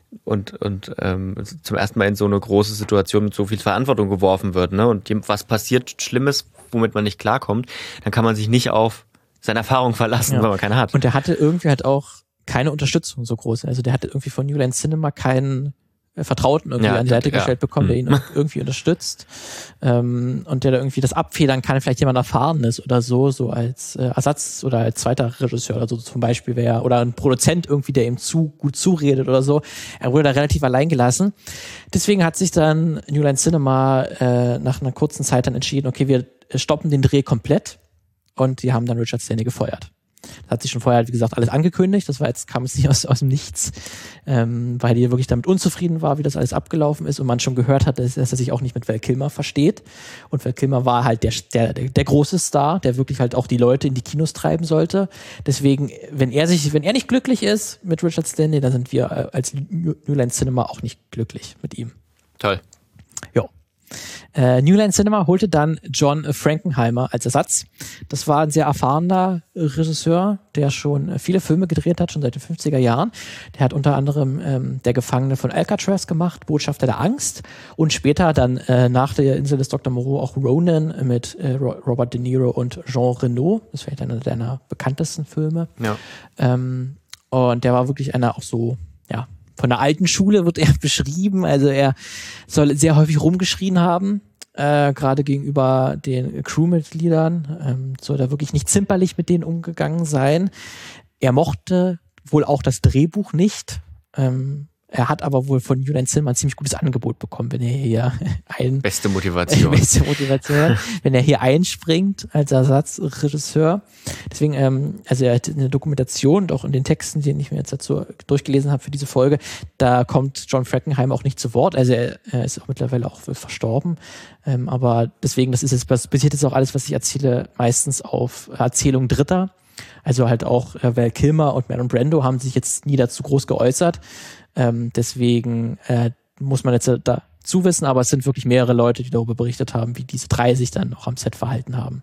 zum ersten Mal in so eine große Situation mit so viel Verantwortung geworfen wird, ne? Und was passiert Schlimmes, womit man nicht klarkommt, dann kann man sich nicht auf seine Erfahrung verlassen, weil man keine hat.
Und der hatte irgendwie halt auch keine Unterstützung so groß. Also der hatte irgendwie von New Line Cinema keinen Vertrauten irgendwie an die Seite gestellt bekommen, der ihn irgendwie unterstützt. Und der da irgendwie das abfedern kann, vielleicht jemand Erfahrenes oder so als Ersatz oder als zweiter Regisseur oder so zum Beispiel wäre, oder ein Produzent irgendwie, der ihm gut zuredet oder so. Er wurde da relativ allein gelassen. Deswegen hat sich dann New Line Cinema nach einer kurzen Zeit dann entschieden, okay, wir stoppen den Dreh komplett. Und die haben dann Richard Stanley gefeuert. Das hat sich schon vorher, wie gesagt, alles angekündigt. Kam es nicht aus dem Nichts, weil die wirklich damit unzufrieden war, wie das alles abgelaufen ist. Und man schon gehört hat, dass er sich auch nicht mit Val Kilmer versteht. Und Val Kilmer war halt der große Star, der wirklich halt auch die Leute in die Kinos treiben sollte. Deswegen, wenn er nicht glücklich ist mit Richard Stanley, dann sind wir als New Line Cinema auch nicht glücklich mit ihm.
Toll.
Jo. New Line Cinema holte dann John Frankenheimer als Ersatz. Das war ein sehr erfahrener Regisseur, der schon viele Filme gedreht hat, schon seit den 50er Jahren. Der hat unter anderem Der Gefangene von Alcatraz gemacht, Botschafter der Angst und später dann nach der Insel des Dr. Moreau auch Ronin mit Robert De Niro und Jean Reno. Das ist vielleicht einer seiner bekanntesten Filme.
Ja.
Und der war wirklich einer auch so, ja, von der alten Schule wird er beschrieben, also er soll sehr häufig rumgeschrien haben, gerade gegenüber den Crewmitgliedern, soll da wirklich nicht zimperlich mit denen umgegangen sein. Er mochte wohl auch das Drehbuch nicht, er hat aber wohl von New Line Cinema ein ziemlich gutes Angebot bekommen, wenn er hier
Beste Motivation.
Wenn er hier einspringt als Ersatzregisseur. Deswegen, also er hat eine Dokumentation und auch in den Texten, die ich mir jetzt dazu durchgelesen habe für diese Folge, da kommt John Frankenheimer auch nicht zu Wort. Also er ist auch mittlerweile auch verstorben. Aber deswegen, basiert jetzt auch alles, was ich erzähle, meistens auf Erzählungen Dritter. Also halt auch Val Kilmer und Marlon Brando haben sich jetzt nie dazu groß geäußert. Deswegen muss man jetzt dazu wissen, aber es sind wirklich mehrere Leute, die darüber berichtet haben, wie diese drei sich dann auch am Set verhalten haben.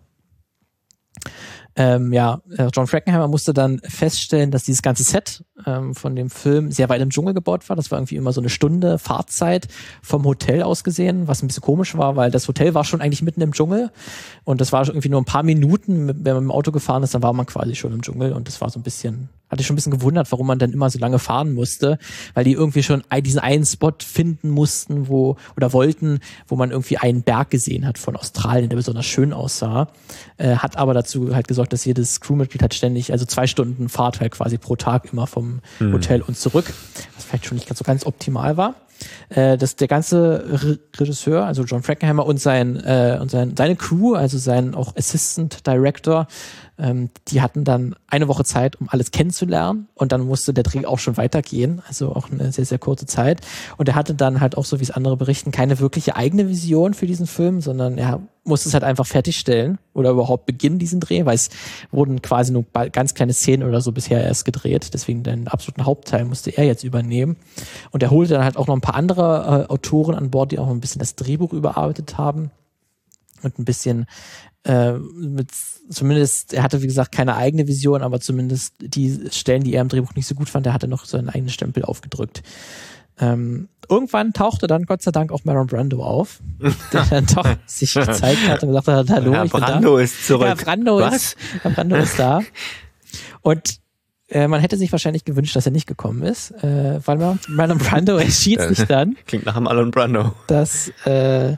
John Frankenheimer musste dann feststellen, dass dieses ganze Set von dem Film sehr weit im Dschungel gebaut war. Das war irgendwie immer so eine Stunde Fahrzeit vom Hotel aus gesehen, was ein bisschen komisch war, weil das Hotel war schon eigentlich mitten im Dschungel und das war irgendwie nur ein paar Minuten, wenn man mit dem Auto gefahren ist, dann war man quasi schon im Dschungel und das war so ein bisschen, hatte ich schon ein bisschen gewundert, warum man dann immer so lange fahren musste, weil die irgendwie schon diesen einen Spot finden mussten, wollten, wo man irgendwie einen Berg gesehen hat von Australien, der besonders schön aussah, hat aber dazu halt gesorgt, dass jedes Crewmitglied halt ständig, also 2 Stunden Fahrt halt quasi pro Tag immer vom Hotel und zurück, was vielleicht schon nicht ganz optimal war. Dass der ganze Regisseur, also John Frankenheimer und seine Crew, also sein auch Assistant Director, die hatten dann eine Woche Zeit, um alles kennenzulernen und dann musste der Dreh auch schon weitergehen, also auch eine sehr, sehr kurze Zeit und er hatte dann halt auch, so wie es andere berichten, keine wirkliche eigene Vision für diesen Film, sondern er musste es halt einfach fertigstellen oder überhaupt beginnen, diesen Dreh, weil es wurden quasi nur ganz kleine Szenen oder so bisher erst gedreht, deswegen den absoluten Hauptteil musste er jetzt übernehmen und er holte dann halt auch noch ein paar andere Autoren an Bord, die auch noch ein bisschen das Drehbuch überarbeitet haben und ein bisschen zumindest, er hatte wie gesagt keine eigene Vision, aber zumindest die Stellen, die er im Drehbuch nicht so gut fand, er hatte noch so einen eigenen Stempel aufgedrückt. Irgendwann tauchte dann Gott sei Dank auch Marlon Brando auf, der dann doch sich gezeigt hat und gesagt hat, hallo,
Herr
ich bin
Brando
da.
ist zurück.
Herr Brando ist da. Und man hätte sich wahrscheinlich gewünscht, dass er nicht gekommen ist, weil Marlon Brando entschied sich dann.
Klingt nach einem Marlon Brando.
Dass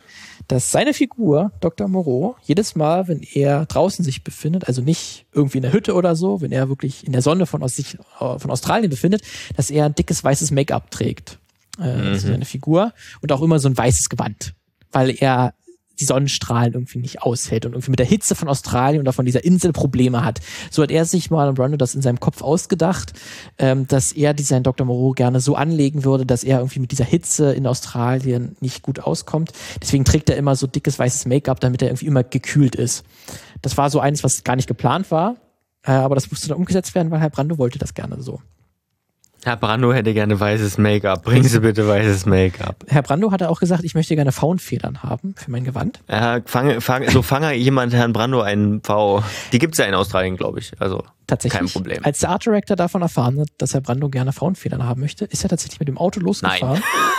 dass seine Figur, Dr. Moreau, jedes Mal, wenn er draußen sich befindet, also nicht irgendwie in der Hütte oder so, wenn er wirklich in der Sonne von Australien befindet, dass er ein dickes weißes Make-up trägt. Also seine Figur. Und auch immer so ein weißes Gewand. Weil er die Sonnenstrahlen irgendwie nicht aushält und irgendwie mit der Hitze von Australien oder von dieser Insel Probleme hat. So hat er sich Marlon Brando das in seinem Kopf ausgedacht, dass er diesen Dr. Moreau gerne so anlegen würde, dass er irgendwie mit dieser Hitze in Australien nicht gut auskommt. Deswegen trägt er immer so dickes weißes Make-up, damit er irgendwie immer gekühlt ist. Das war so eines, was gar nicht geplant war, aber das musste dann umgesetzt werden, weil Herr Brando wollte das gerne so.
Herr Brando hätte gerne weißes Make-up. Bringen Sie bitte weißes Make-up.
Herr Brando hatte auch gesagt, ich möchte gerne Faunfedern haben für mein Gewand.
Fange jemand Herrn Brando einen V. Die gibt's ja in Australien, glaube ich. Also
tatsächlich,
kein Problem.
Als der Art Director davon erfahren hat, dass Herr Brando gerne Faunfedern haben möchte, ist er tatsächlich mit dem Auto losgefahren.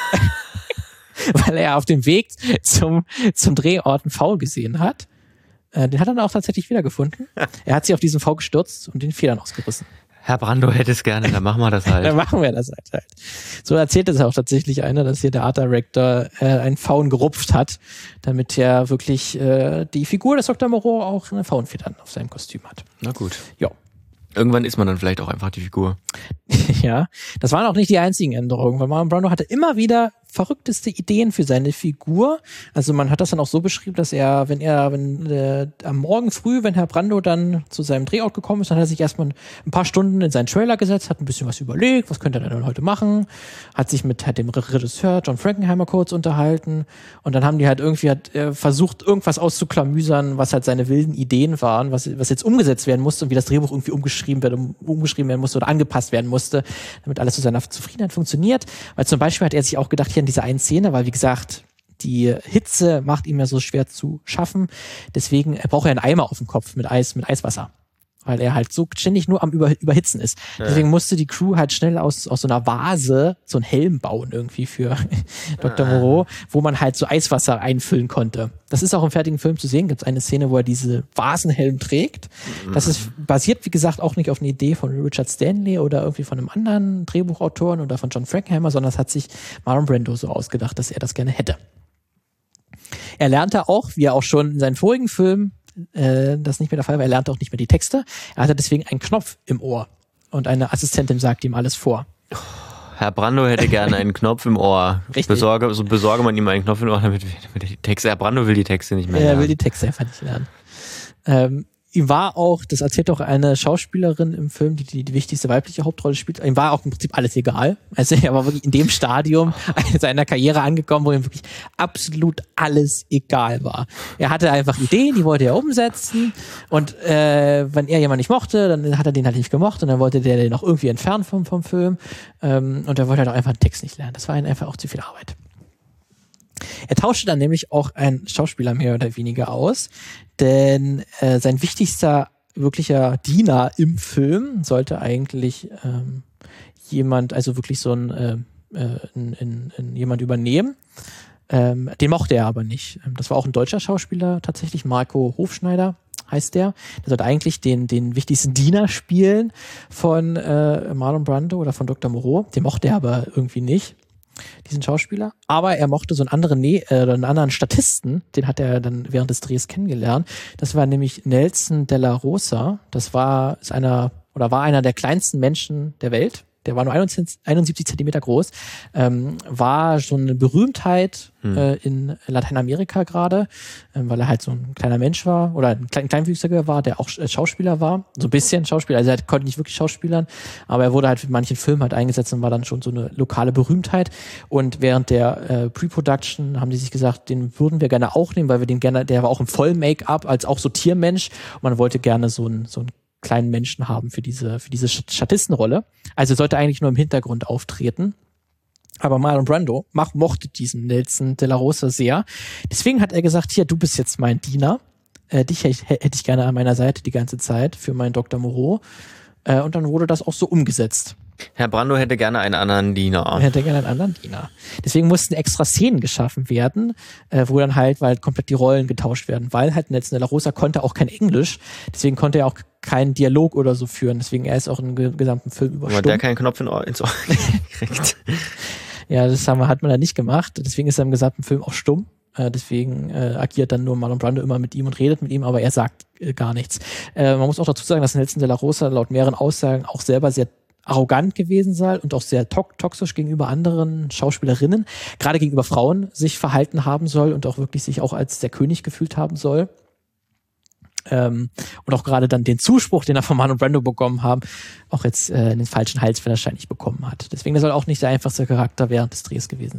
Nein. Weil er auf dem Weg zum Drehort einen V gesehen hat. Den hat er dann auch tatsächlich wiedergefunden. Er hat sich auf diesen V gestürzt und den Federn ausgerissen.
Herr Brando hätte es gerne, dann machen wir das halt.
Dann machen wir das halt. So erzählt es auch tatsächlich einer, dass hier der Art Director einen Faun gerupft hat, damit er wirklich die Figur des Dr. Moreau auch eine Faunfedern auf seinem Kostüm hat.
Na gut.
Ja.
Irgendwann ist man dann vielleicht auch einfach die Figur.
Ja, das waren auch nicht die einzigen Änderungen, weil Marlon Brando hatte immer wieder verrückteste Ideen für seine Figur. Also man hat das dann auch so beschrieben, dass er, am Morgen früh, wenn Herr Brando dann zu seinem Drehort gekommen ist, dann hat er sich erstmal ein paar Stunden in seinen Trailer gesetzt, hat ein bisschen was überlegt, was könnte er denn heute machen, hat sich mit dem Regisseur John Frankenheimer kurz unterhalten und dann haben die halt irgendwie versucht, irgendwas auszuklamüsern, was halt seine wilden Ideen waren, was jetzt umgesetzt werden musste und wie das Drehbuch irgendwie umgeschrieben werden musste oder angepasst werden musste, damit alles zu seiner Zufriedenheit funktioniert. Weil zum Beispiel hat er sich auch gedacht, hier in dieser einen Szene, weil wie gesagt, die Hitze macht ihm ja so schwer zu schaffen, deswegen braucht er einen Eimer auf dem Kopf mit Eiswasser. Weil er halt so ständig nur am Überhitzen ist. Deswegen musste die Crew halt schnell aus so einer Vase so einen Helm bauen irgendwie für Dr. Moreau, wo man halt so Eiswasser einfüllen konnte. Das ist auch im fertigen Film zu sehen. Gibt es eine Szene, wo er diese Vasenhelm trägt. Das ist basiert, wie gesagt, auch nicht auf einer Idee von Richard Stanley oder irgendwie von einem anderen Drehbuchautoren oder von John Frankenheimer, sondern das hat sich Marlon Brando so ausgedacht, dass er das gerne hätte. Er lernte auch, wie er auch schon in seinen vorigen Filmen, das nicht mehr der Fall war, er lernte auch nicht mehr die Texte. Er hatte deswegen einen Knopf im Ohr und eine Assistentin sagte ihm alles vor.
Herr Brando hätte gerne einen Knopf im Ohr.
Richtig.
Besorge man ihm einen Knopf im Ohr, damit die Texte. Herr Brando will die Texte nicht mehr lernen.
Er will die Texte einfach nicht lernen. Ihm war auch, das erzählt auch eine Schauspielerin im Film, die wichtigste weibliche Hauptrolle spielt, ihm war auch im Prinzip alles egal. Also er war wirklich in dem Stadium seiner Karriere angekommen, wo ihm wirklich absolut alles egal war. Er hatte einfach Ideen, die wollte er umsetzen und wenn er jemanden nicht mochte, dann hat er den halt nicht gemocht und dann wollte der den noch irgendwie entfernen vom Film und er wollte halt auch einfach den Text nicht lernen. Das war ihm einfach auch zu viel Arbeit. Er tauschte dann nämlich auch einen Schauspieler mehr oder weniger aus, denn sein wichtigster wirklicher Diener im Film sollte eigentlich jemand, also wirklich so jemand übernehmen. Den mochte er aber nicht. Das war auch ein deutscher Schauspieler, tatsächlich Marco Hofschneider heißt der. Der sollte eigentlich den wichtigsten Diener spielen von Marlon Brando oder von Dr. Moreau. Den mochte er aber irgendwie nicht, diesen Schauspieler. Aber er mochte so einen anderen Statisten, den hat er dann während des Drehs kennengelernt. Das war nämlich Nelson de la Rosa. Das war einer der kleinsten Menschen der Welt. Der war nur 71 Zentimeter groß, war schon eine Berühmtheit in Lateinamerika gerade, weil er halt so ein kleiner Mensch war oder ein Kleinwüchsiger war, der auch Schauspieler war, so ein bisschen Schauspieler, also er konnte nicht wirklich schauspielern, aber er wurde halt für manchen Filmen halt eingesetzt und war dann schon so eine lokale Berühmtheit und während der Pre-Production haben die sich gesagt, den würden wir gerne auch nehmen, weil wir den gerne, der war auch im Voll-Make-up als auch so Tiermensch und man wollte gerne so ein kleinen Menschen haben für diese Statistenrolle. Also sollte eigentlich nur im Hintergrund auftreten. Aber Marlon Brando mochte diesen Nelson de la Rosa sehr. Deswegen hat er gesagt, hier, du bist jetzt mein Diener. Dich hätte ich gerne an meiner Seite die ganze Zeit für meinen Dr. Moreau. Und dann wurde das auch so umgesetzt.
Herr Brando hätte gerne einen anderen Diener.
Deswegen mussten extra Szenen geschaffen werden, wo dann halt, weil komplett die Rollen getauscht werden, weil halt Nelson de la Rosa konnte auch kein Englisch, deswegen konnte er auch keinen Dialog oder so führen, deswegen er ist auch im gesamten Film über stumm.
Aber der keinen Knopf ins Ohr gekriegt.
Ja, das hat man da nicht gemacht, deswegen ist er im gesamten Film auch stumm. Deswegen agiert dann nur Marlon Brando immer mit ihm und redet mit ihm, aber er sagt gar nichts. Man muss auch dazu sagen, dass Nelson de la Rosa laut mehreren Aussagen auch selber sehr arrogant gewesen sei und auch sehr toxisch gegenüber anderen Schauspielerinnen, gerade gegenüber Frauen sich verhalten haben soll und auch wirklich sich auch als der König gefühlt haben soll. Und auch gerade dann den Zuspruch, den er von Marlon Brando bekommen haben, auch jetzt in den falschen Hals wahrscheinlich bekommen hat. Deswegen, der soll auch nicht der einfachste Charakter während des Drehs gewesen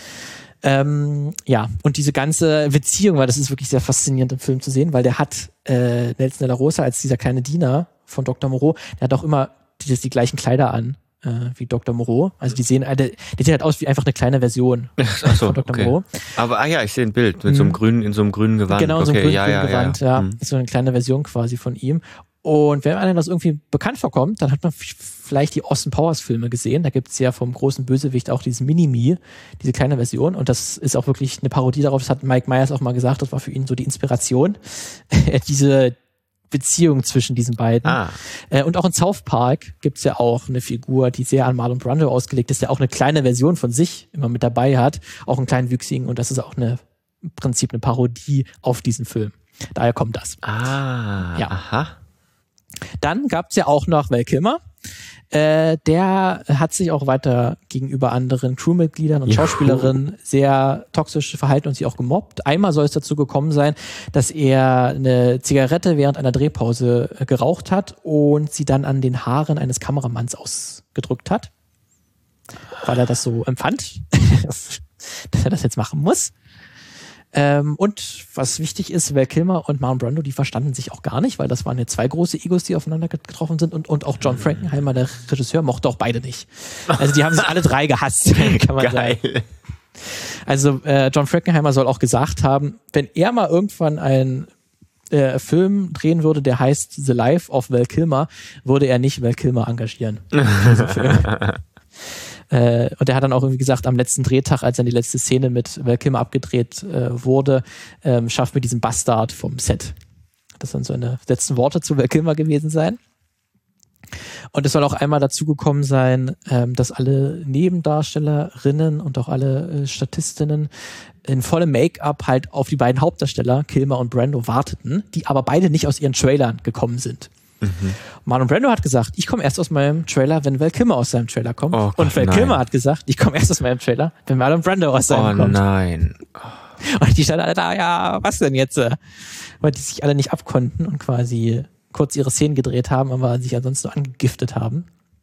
sein. Ja, und diese ganze Beziehung, weil das ist wirklich sehr faszinierend im Film zu sehen, weil der hat Nelson de la Rosa als dieser kleine Diener von Dr. Moreau, der hat auch immer die gleichen Kleider an wie Dr. Moreau. Also die sehen halt aus wie einfach eine kleine Version von Dr. Moreau.
Aber ich sehe ein Bild mit so einem grünen, in so einem grünen Gewand.
Genau, so einem grünen Gewand, ja. Ist so eine kleine Version quasi von ihm. Und wenn einem das irgendwie bekannt vorkommt, dann hat man vielleicht die Austin Powers Filme gesehen. Da gibt es ja vom großen Bösewicht auch dieses Mini-Me, diese kleine Version. Und das ist auch wirklich eine Parodie darauf. Das hat Mike Myers auch mal gesagt. Das war für ihn so die Inspiration. Diese Beziehung zwischen diesen beiden. Und auch in South Park gibt's ja auch eine Figur, die sehr an Marlon Brando ausgelegt ist, der auch eine kleine Version von sich immer mit dabei hat. Auch einen kleinen Wüchsigen. Und das ist auch im Prinzip eine Parodie auf diesen Film. Daher kommt das. Ja.
Aha.
Dann gab's ja auch noch Val Kilmer. Der hat sich auch weiter gegenüber anderen Crewmitgliedern und Schauspielerinnen sehr toxisch verhalten und sie auch gemobbt. Einmal soll es dazu gekommen sein, dass er eine Zigarette während einer Drehpause geraucht hat und sie dann an den Haaren eines Kameramanns ausgedrückt hat, weil er das so empfand, dass er das jetzt machen muss. Und was wichtig ist, Val Kilmer und Marlon Brando, die verstanden sich auch gar nicht, weil das waren ja zwei große Egos, die aufeinander getroffen sind und auch John Frankenheimer, der Regisseur, mochte auch beide nicht. Also die haben sich alle drei gehasst, kann man sagen. Also John Frankenheimer soll auch gesagt haben, wenn er mal irgendwann einen Film drehen würde, der heißt The Life of Val Kilmer, würde er nicht Val Kilmer engagieren. Und er hat dann auch irgendwie gesagt, am letzten Drehtag, als dann die letzte Szene mit Val Kilmer abgedreht wurde, schafft mir diesen Bastard vom Set. Das sind so seine letzten Worte zu Val Kilmer gewesen sein. Und es soll auch einmal dazu gekommen sein, dass alle Nebendarstellerinnen und auch alle Statistinnen in vollem Make-up halt auf die beiden Hauptdarsteller, Kilmer und Brando, warteten, die aber beide nicht aus ihren Trailern gekommen sind. Marlon Brando hat gesagt, ich komme erst aus meinem Trailer, wenn Val Kilmer aus seinem Trailer kommt.
Oh Gott,
und Val Kilmer hat gesagt, ich komme erst aus meinem Trailer, wenn Marlon Brando aus seinem kommt.
Oh nein.
Und die standen alle da, ja, was denn jetzt? Weil die sich alle nicht abkonnten und quasi kurz ihre Szenen gedreht haben, aber sich ansonsten nur angegiftet haben.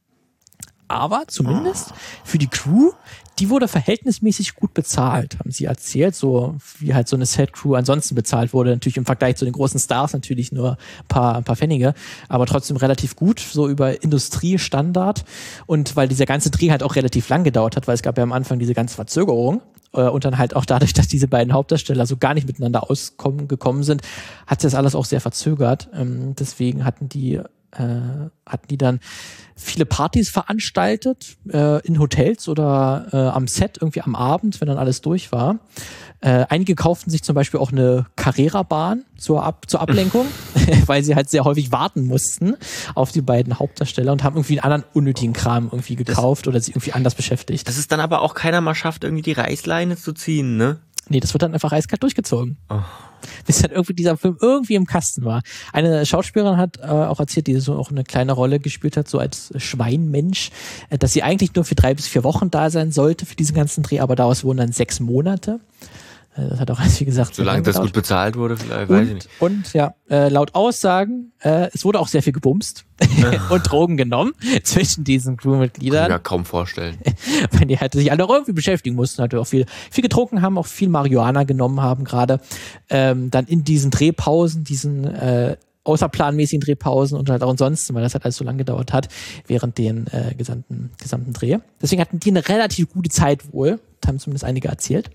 Aber zumindest für die Crew, die wurde verhältnismäßig gut bezahlt, haben sie erzählt, so wie halt so eine Set-Crew ansonsten bezahlt wurde. Natürlich im Vergleich zu den großen Stars natürlich nur ein paar Pfennige, aber trotzdem relativ gut, so über Industriestandard. Und weil dieser ganze Dreh halt auch relativ lang gedauert hat, weil es gab ja am Anfang diese ganze Verzögerung. Und dann halt auch dadurch, dass diese beiden Hauptdarsteller so gar nicht miteinander gekommen sind, hat sich das alles auch sehr verzögert. Deswegen hatten die dann viele Partys veranstaltet, in Hotels oder am Set, irgendwie am Abend, wenn dann alles durch war. Einige kauften sich zum Beispiel auch eine Carrera-Bahn zur Ablenkung, weil sie halt sehr häufig warten mussten auf die beiden Hauptdarsteller und haben irgendwie einen anderen unnötigen Kram irgendwie gekauft oder sich irgendwie anders beschäftigt.
Dass es dann aber auch keiner mal schafft, irgendwie die Reißleine zu ziehen, ne?
Nee, das wird dann einfach eiskalt durchgezogen.
Oh.
Bis dann irgendwie dieser Film irgendwie im Kasten war. Eine Schauspielerin hat auch erzählt, die so auch eine kleine Rolle gespielt hat, so als Schweinmensch, dass sie eigentlich nur für 3 bis 4 Wochen da sein sollte für diesen ganzen Dreh, aber daraus wurden dann 6 Monate. Das hat auch, wie gesagt,
solange das gut bezahlt wurde, vielleicht, weiß ich nicht.
Und ja, laut Aussagen, es wurde auch sehr viel gebumst und Drogen genommen zwischen diesen Crewmitgliedern.
Kann ich mir kaum vorstellen.
Wenn die halt sich alle auch irgendwie beschäftigen mussten, halt auch viel getrunken haben, auch viel Marihuana genommen haben gerade. Dann in diesen Drehpausen, diesen außerplanmäßigen Drehpausen und halt auch ansonsten, weil das halt alles so lange gedauert hat, während den gesamten Dreh. Deswegen hatten die eine relativ gute Zeit wohl, haben zumindest einige erzählt.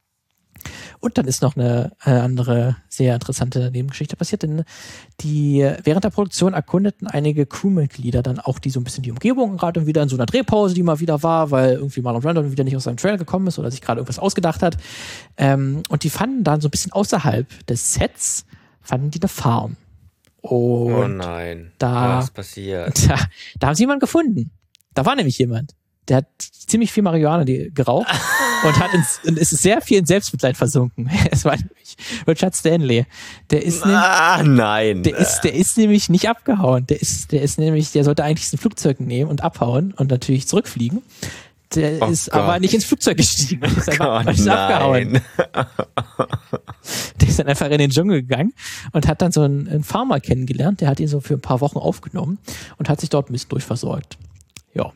Und dann ist noch eine andere sehr interessante Nebengeschichte passiert, denn während der Produktion erkundeten einige Crewmitglieder dann auch so ein bisschen die Umgebung, gerade wieder in so einer Drehpause, die mal wieder war, weil irgendwie Marlon Brando wieder nicht aus seinem Trailer gekommen ist oder sich gerade irgendwas ausgedacht hat. Und die fanden dann so ein bisschen außerhalb des Sets, fanden die eine Farm. Und
oh nein, was passiert?
Da haben sie jemanden gefunden. Da war nämlich jemand. der hat ziemlich viel Marihuana geraucht und ist sehr viel in Selbstmitleid versunken. Es war nämlich Richard Stanley. Der ist
nein.
Der ist nämlich nicht abgehauen. Der sollte eigentlich ein Flugzeug nehmen und abhauen und natürlich zurückfliegen. Der ist aber nicht ins Flugzeug gestiegen. Der ist abgehauen. Der ist dann einfach in den Dschungel gegangen und hat dann so einen Farmer kennengelernt. Der hat ihn so für ein paar Wochen aufgenommen und hat sich dort ein bisschen durchversorgt. Ja.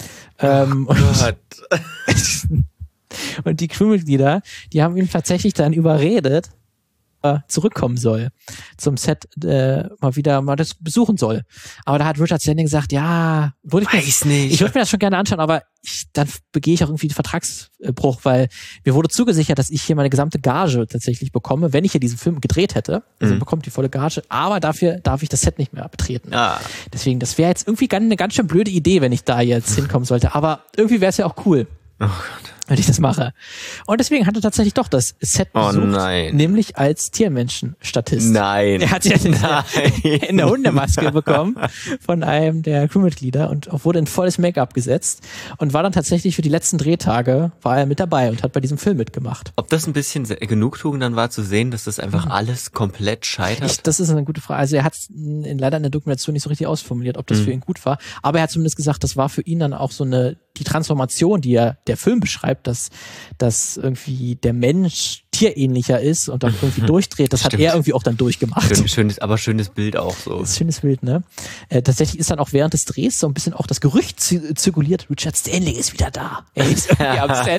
Und die Crewmitglieder, die haben ihn tatsächlich dann überredet, zurückkommen soll zum Set, mal das besuchen soll. Aber da hat Richard Stanley gesagt, ja, ich würde mir das schon gerne anschauen, aber dann begehe ich auch irgendwie einen Vertragsbruch, weil mir wurde zugesichert, dass ich hier meine gesamte Gage tatsächlich bekomme, wenn ich hier diesen Film gedreht hätte. Also bekommt die volle Gage, aber dafür darf ich das Set nicht mehr betreten. Deswegen, das wäre jetzt irgendwie eine ganz schön blöde Idee, wenn ich da jetzt hinkommen sollte. Aber irgendwie wäre es ja auch cool. Oh Gott. Wenn ich das mache. Und deswegen hat er tatsächlich doch das Set besucht, nämlich als Tiermenschen-Statist.
Nein.
Er hat sich in der Hundemaske bekommen von einem der Crewmitglieder und wurde in volles Make-up gesetzt und war dann tatsächlich für die letzten Drehtage war er mit dabei und hat bei diesem Film mitgemacht.
Ob das ein bisschen Genugtuung dann war, zu sehen, dass das einfach alles komplett scheitert?
Das ist eine gute Frage. Also er hat es leider in der Dokumentation nicht so richtig ausformuliert, ob das für ihn gut war. Aber er hat zumindest gesagt, das war für ihn dann auch so die Transformation, die der Film beschreibt, dass irgendwie der Mensch tierähnlicher ist und dann irgendwie durchdreht, das hat er irgendwie auch dann durchgemacht.
Schönes Bild auch so.
Das ist ein schönes Bild, ne? Tatsächlich ist dann auch während des Drehs so ein bisschen auch das Gerücht zirkuliert, Richard Stanley ist wieder da. Er ist irgendwie am Set.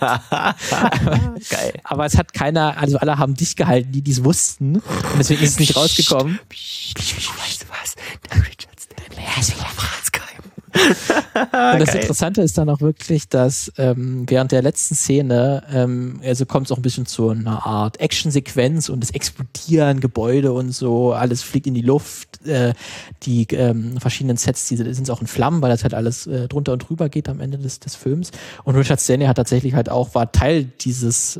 Geil. Aber es hat keiner, also alle haben dicht gehalten, die es wussten. Und deswegen ist es nicht rausgekommen.
Weißt du was? Der Richard Stanley ist wieder Franz Keim.
Und das Interessante ist dann auch wirklich, dass während der letzten Szene, also kommt es auch ein bisschen zu einer Art Actionsequenz und es explodieren Gebäude und so, alles fliegt in die Luft, die verschiedenen Sets, die sind auch in Flammen, weil das halt alles drunter und drüber geht am Ende des Films. Und Richard Stanley hat tatsächlich halt auch, war Teil dieses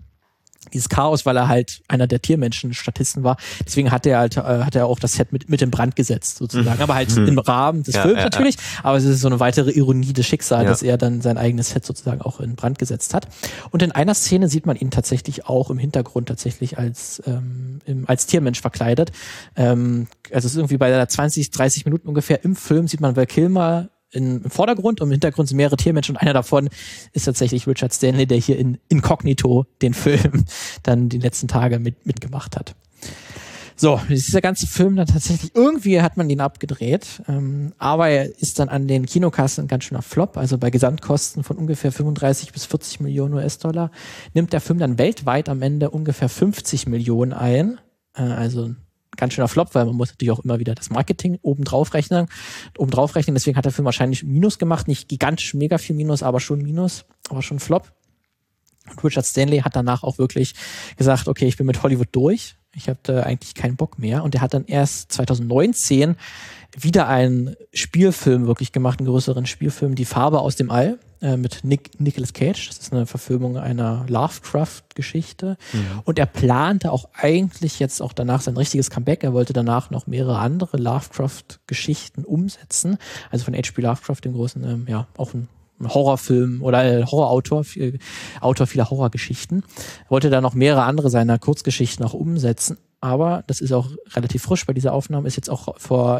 Chaos, weil er halt einer der Tiermenschen-Statisten war. Deswegen hat er auch das Set mit in Brand gesetzt, sozusagen. Aber halt im Rahmen des Films natürlich. Aber es ist so eine weitere Ironie des Schicksals, dass er dann sein eigenes Set sozusagen auch in Brand gesetzt hat. Und in einer Szene sieht man ihn tatsächlich auch im Hintergrund tatsächlich als Tiermensch verkleidet. Also es ist irgendwie bei 20, 30 Minuten ungefähr im Film sieht man Val Kilmer im Vordergrund und im Hintergrund sind mehrere Tiermenschen und einer davon ist tatsächlich Richard Stanley, der hier in Incognito den Film dann die letzten Tage mitgemacht hat. So, dieser ganze Film dann tatsächlich, irgendwie hat man ihn abgedreht, aber er ist dann an den Kinokassen ein ganz schöner Flop, also bei Gesamtkosten von ungefähr 35 bis 40 Millionen US-Dollar nimmt der Film dann weltweit am Ende ungefähr 50 Millionen ein, also ganz schöner Flop, weil man muss natürlich auch immer wieder das Marketing obendrauf rechnen. Deswegen hat der Film wahrscheinlich Minus gemacht, nicht gigantisch mega viel Minus, aber schon Flop. Und Richard Stanley hat danach auch wirklich gesagt, okay, ich bin mit Hollywood durch. Ich habe da eigentlich keinen Bock mehr. Und er hat dann erst 2019 wieder einen Spielfilm wirklich gemacht, einen größeren Spielfilm, Die Farbe aus dem All, mit Nicolas Cage. Das ist eine Verfilmung einer Lovecraft-Geschichte. Und er plante auch eigentlich jetzt auch danach sein richtiges Comeback. Er wollte danach noch mehrere andere Lovecraft-Geschichten umsetzen. Also von H.P. Lovecraft, dem großen, auch ein Horrorfilm oder Horrorautor, Autor vieler Horrorgeschichten. Er wollte da noch mehrere andere seiner Kurzgeschichten auch umsetzen. Aber das ist auch relativ frisch bei dieser Aufnahme, ist jetzt auch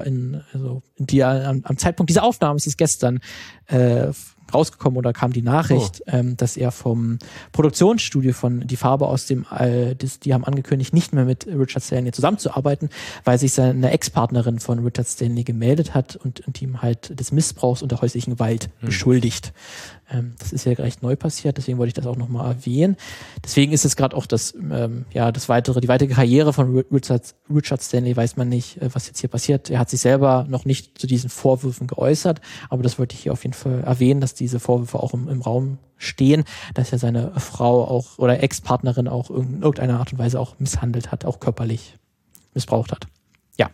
am Zeitpunkt dieser Aufnahme, ist es gestern rausgekommen oder kam die Nachricht, dass er vom Produktionsstudio von Die Farbe aus dem All, die haben angekündigt, nicht mehr mit Richard Stanley zusammenzuarbeiten, weil sich seine Ex-Partnerin von Richard Stanley gemeldet hat und ihm halt des Missbrauchs und der häuslichen Gewalt beschuldigt. Das ist ja recht neu passiert, deswegen wollte ich das auch nochmal erwähnen. Deswegen ist es gerade auch die weitere Karriere von Richard Stanley, weiß man nicht, was jetzt hier passiert. Er hat sich selber noch nicht zu diesen Vorwürfen geäußert, aber das wollte ich hier auf jeden Fall erwähnen, dass diese Vorwürfe auch im Raum stehen, dass er seine Frau auch oder Ex-Partnerin auch in irgendeiner Art und Weise auch misshandelt hat, auch körperlich missbraucht hat. Ja.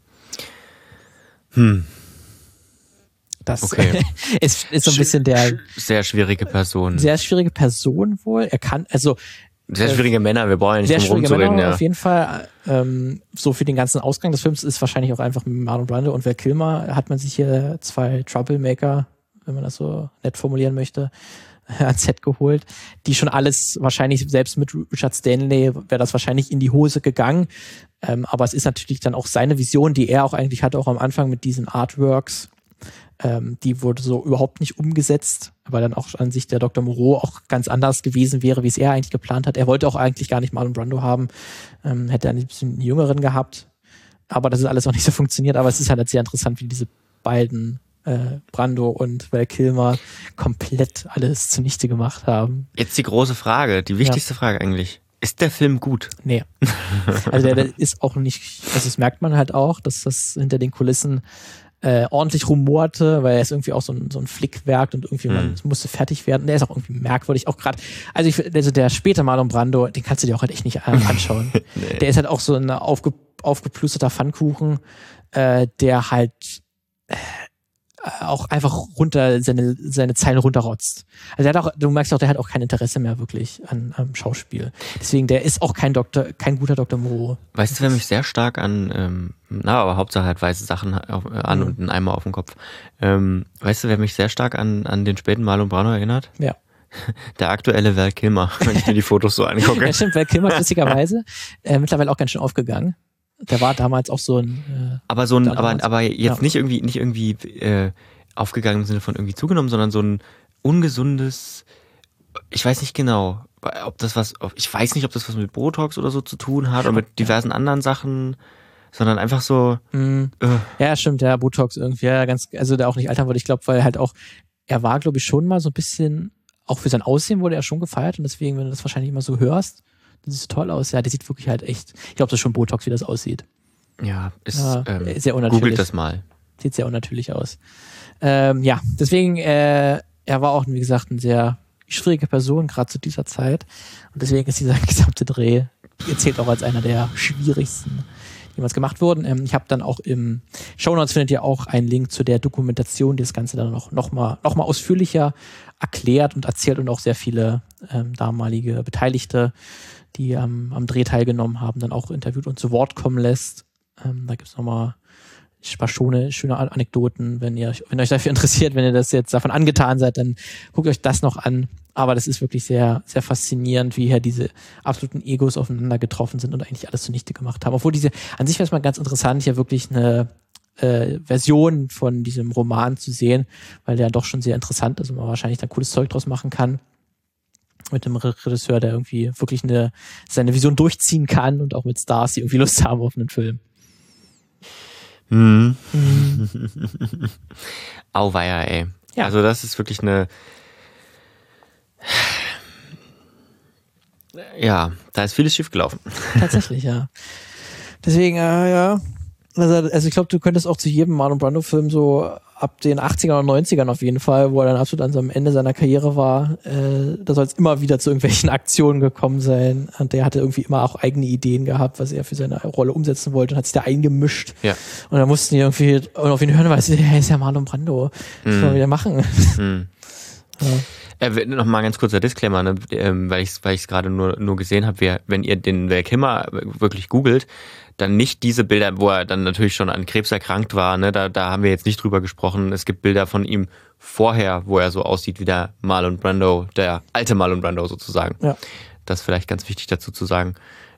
Das ist so ein bisschen der
sehr schwierige Person.
Sehr schwierige Person wohl. Er kann, also
sehr schwierige Männer, wir brauchen ja nicht drum rumzureden. Ja.
Auf jeden Fall. So für den ganzen Ausgang des Films ist wahrscheinlich auch einfach mit Marlon Brando und Val Kilmer hat man sich hier zwei Troublemaker wenn man das so nett formulieren möchte, ans Set geholt, die schon alles wahrscheinlich, selbst mit Richard Stanley wäre das wahrscheinlich in die Hose gegangen, aber es ist natürlich dann auch seine Vision, die er auch eigentlich hatte, auch am Anfang mit diesen Artworks, die wurde so überhaupt nicht umgesetzt, weil dann auch an sich der Dr. Moreau auch ganz anders gewesen wäre, wie es er eigentlich geplant hat. Er wollte auch eigentlich gar nicht Marlon Brando haben, hätte ein bisschen einen jüngeren gehabt, aber das ist alles auch nicht so funktioniert, aber es ist halt sehr interessant, wie diese beiden Brando und Val Kilmer komplett alles zunichte gemacht haben.
Jetzt die große Frage, die wichtigste Frage eigentlich. Ist der Film gut?
Nee. Also der ist auch nicht, also das merkt man halt auch, dass das hinter den Kulissen ordentlich rumorte, weil er ist irgendwie auch so ein Flickwerk und irgendwie man musste fertig werden. Der ist auch irgendwie merkwürdig, auch gerade, also der späte Marlon Brando, den kannst du dir auch halt echt nicht anschauen. Nee. Der ist halt auch so ein aufgeplusterter Pfannkuchen, der halt auch einfach seine Zeilen runterrotzt. Also du merkst auch, der hat auch kein Interesse mehr wirklich am Schauspiel. Deswegen, der ist auch kein guter Dr. Moreau.
Weißt du, wer mich sehr stark an, aber Hauptsache halt weiße Sachen an und einen Eimer auf dem Kopf. Weißt du, wer mich sehr stark an den späten Marlon Brando erinnert?
Ja.
Der aktuelle Val Kilmer, wenn ich mir die Fotos so angucke.
Ja, stimmt, Val Kilmer lustigerweise mittlerweile auch ganz schön aufgegangen. Der war damals auch so ein.
Aber jetzt nicht irgendwie aufgegangen im Sinne von irgendwie zugenommen, sondern so ein ungesundes. Ich weiß nicht genau, ob das was mit Botox oder so zu tun hat oder mit diversen anderen Sachen, sondern einfach so.
Ja, stimmt, der Botox irgendwie, ja, also der auch nicht altern wollte. Ich glaube, weil halt auch, er war, glaube ich, schon mal so ein bisschen, auch für sein Aussehen wurde er schon gefeiert und deswegen, wenn du das wahrscheinlich immer so hörst, das sieht toll aus. Ja, der sieht wirklich halt echt, ich glaube, das ist schon Botox, wie das aussieht.
Ja,
sehr unnatürlich.
Googelt das mal.
Sieht sehr unnatürlich aus. Ja, deswegen, er war auch, wie gesagt, eine sehr schwierige Person, gerade zu dieser Zeit. Und deswegen ist dieser gesamte Dreh, zählt auch als einer der schwierigsten, die jemals gemacht wurden. Ich habe dann auch im Shownotes findet ihr auch einen Link zu der Dokumentation, die das Ganze dann noch mal ausführlicher erklärt und erzählt und auch sehr viele damalige Beteiligte, die am Dreh teilgenommen haben, dann auch interviewt und zu Wort kommen lässt. Da gibt's nochmal ein paar schöne Anekdoten, wenn euch dafür interessiert, wenn ihr das jetzt davon angetan seid, dann guckt euch das noch an. Aber das ist wirklich sehr, sehr faszinierend, wie hier diese absoluten Egos aufeinander getroffen sind und eigentlich alles zunichte gemacht haben. Obwohl an sich wäre es mal ganz interessant, hier wirklich eine Version von diesem Roman zu sehen, weil der doch schon sehr interessant ist und man wahrscheinlich dann cooles Zeug draus machen kann. Mit dem Regisseur, der irgendwie wirklich seine Vision durchziehen kann und auch mit Stars, die irgendwie Lust haben auf einen Film.
Auweia, ey. Ja. Also das ist wirklich ja, da ist vieles schief gelaufen.
Tatsächlich, ja. Deswegen, ja. Also ich glaube, du könntest auch zu jedem Marlon Brando-Film so ab den 80ern oder 90ern auf jeden Fall, wo er dann absolut am Ende seiner Karriere war, da soll es immer wieder zu irgendwelchen Aktionen gekommen sein. Und der hatte irgendwie immer auch eigene Ideen gehabt, was er für seine Rolle umsetzen wollte und hat sich da eingemischt. Ja. Und dann mussten die irgendwie auf ihn hören, weil er ist ja Marlon Brando. Was soll man wieder machen?
Ja. Noch mal ein ganz kurzer Disclaimer, ne? Weil ich es gerade nur gesehen habe, wenn ihr den Val Kilmer wirklich googelt, dann nicht diese Bilder, wo er dann natürlich schon an Krebs erkrankt war, ne? Da haben wir jetzt nicht drüber gesprochen. Es gibt Bilder von ihm vorher, wo er so aussieht wie der Marlon Brando, der alte Marlon Brando sozusagen. Ja. Das ist vielleicht ganz wichtig dazu zu sagen.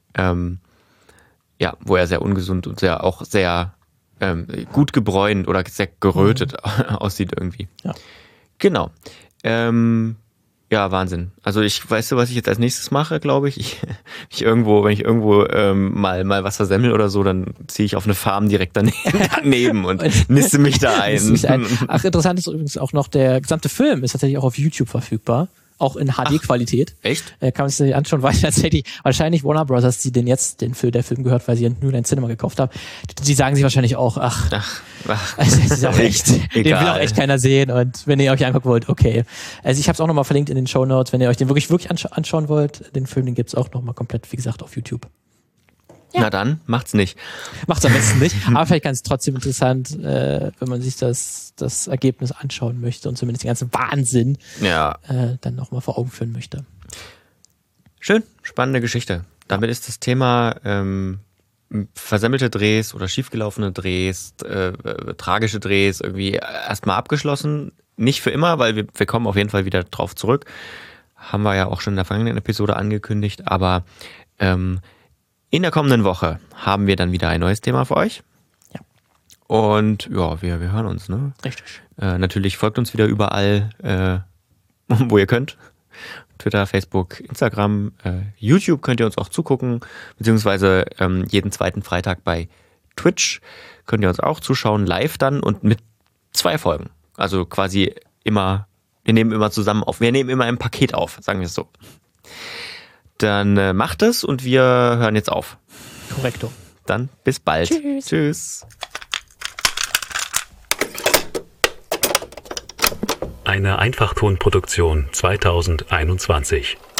Ja, wo er sehr ungesund und sehr gut gebräunt oder sehr gerötet aussieht irgendwie. Ja. Genau. Ja, Wahnsinn. Also weißt du, was ich jetzt als nächstes mache, glaube ich? Wenn ich irgendwo mal was versemmel oder so, dann ziehe ich auf eine Farm direkt daneben und niste mich da ein.
Ach, interessant ist übrigens auch noch, der gesamte Film ist tatsächlich auch auf YouTube verfügbar. Auch in HD-Qualität.
Echt?
Kann man sich anschauen, weil tatsächlich wahrscheinlich Warner Brothers, die der Film gehört, weil sie nur ein Cinema gekauft haben, die sagen sich wahrscheinlich auch, also das ist auch echt, den will auch echt keiner sehen und wenn ihr euch angucken wollt, okay. Also ich habe es auch nochmal verlinkt in den Shownotes, wenn ihr euch den wirklich anschauen wollt, den Film, den gibt's auch nochmal komplett, wie gesagt, auf YouTube.
Ja. Na dann, macht's nicht.
Macht's am besten nicht, aber vielleicht ganz trotzdem interessant, wenn man sich das Ergebnis anschauen möchte und zumindest den ganzen Wahnsinn dann nochmal vor Augen führen möchte.
Schön, spannende Geschichte. Damit ist das Thema versemmelte Drehs oder schiefgelaufene Drehs, tragische Drehs irgendwie erstmal abgeschlossen. nicht für immer, weil wir kommen auf jeden Fall wieder drauf zurück. Haben wir ja auch schon in der vergangenen Episode angekündigt. Aber in der kommenden Woche haben wir dann wieder ein neues Thema für euch.
Ja.
Und ja, wir hören uns, ne?
Richtig.
Natürlich folgt uns wieder überall, wo ihr könnt. Twitter, Facebook, Instagram, YouTube könnt ihr uns auch zugucken, beziehungsweise jeden zweiten Freitag bei Twitch könnt ihr uns auch zuschauen, live dann und mit 2 Folgen. Also quasi immer, wir nehmen immer zusammen auf, wir nehmen immer im Paket auf, sagen wir es so. Dann macht es und wir hören jetzt auf.
Korrekto.
Dann bis bald.
Tschüss.
Tschüss.
Eine Einfachtonproduktion 2021.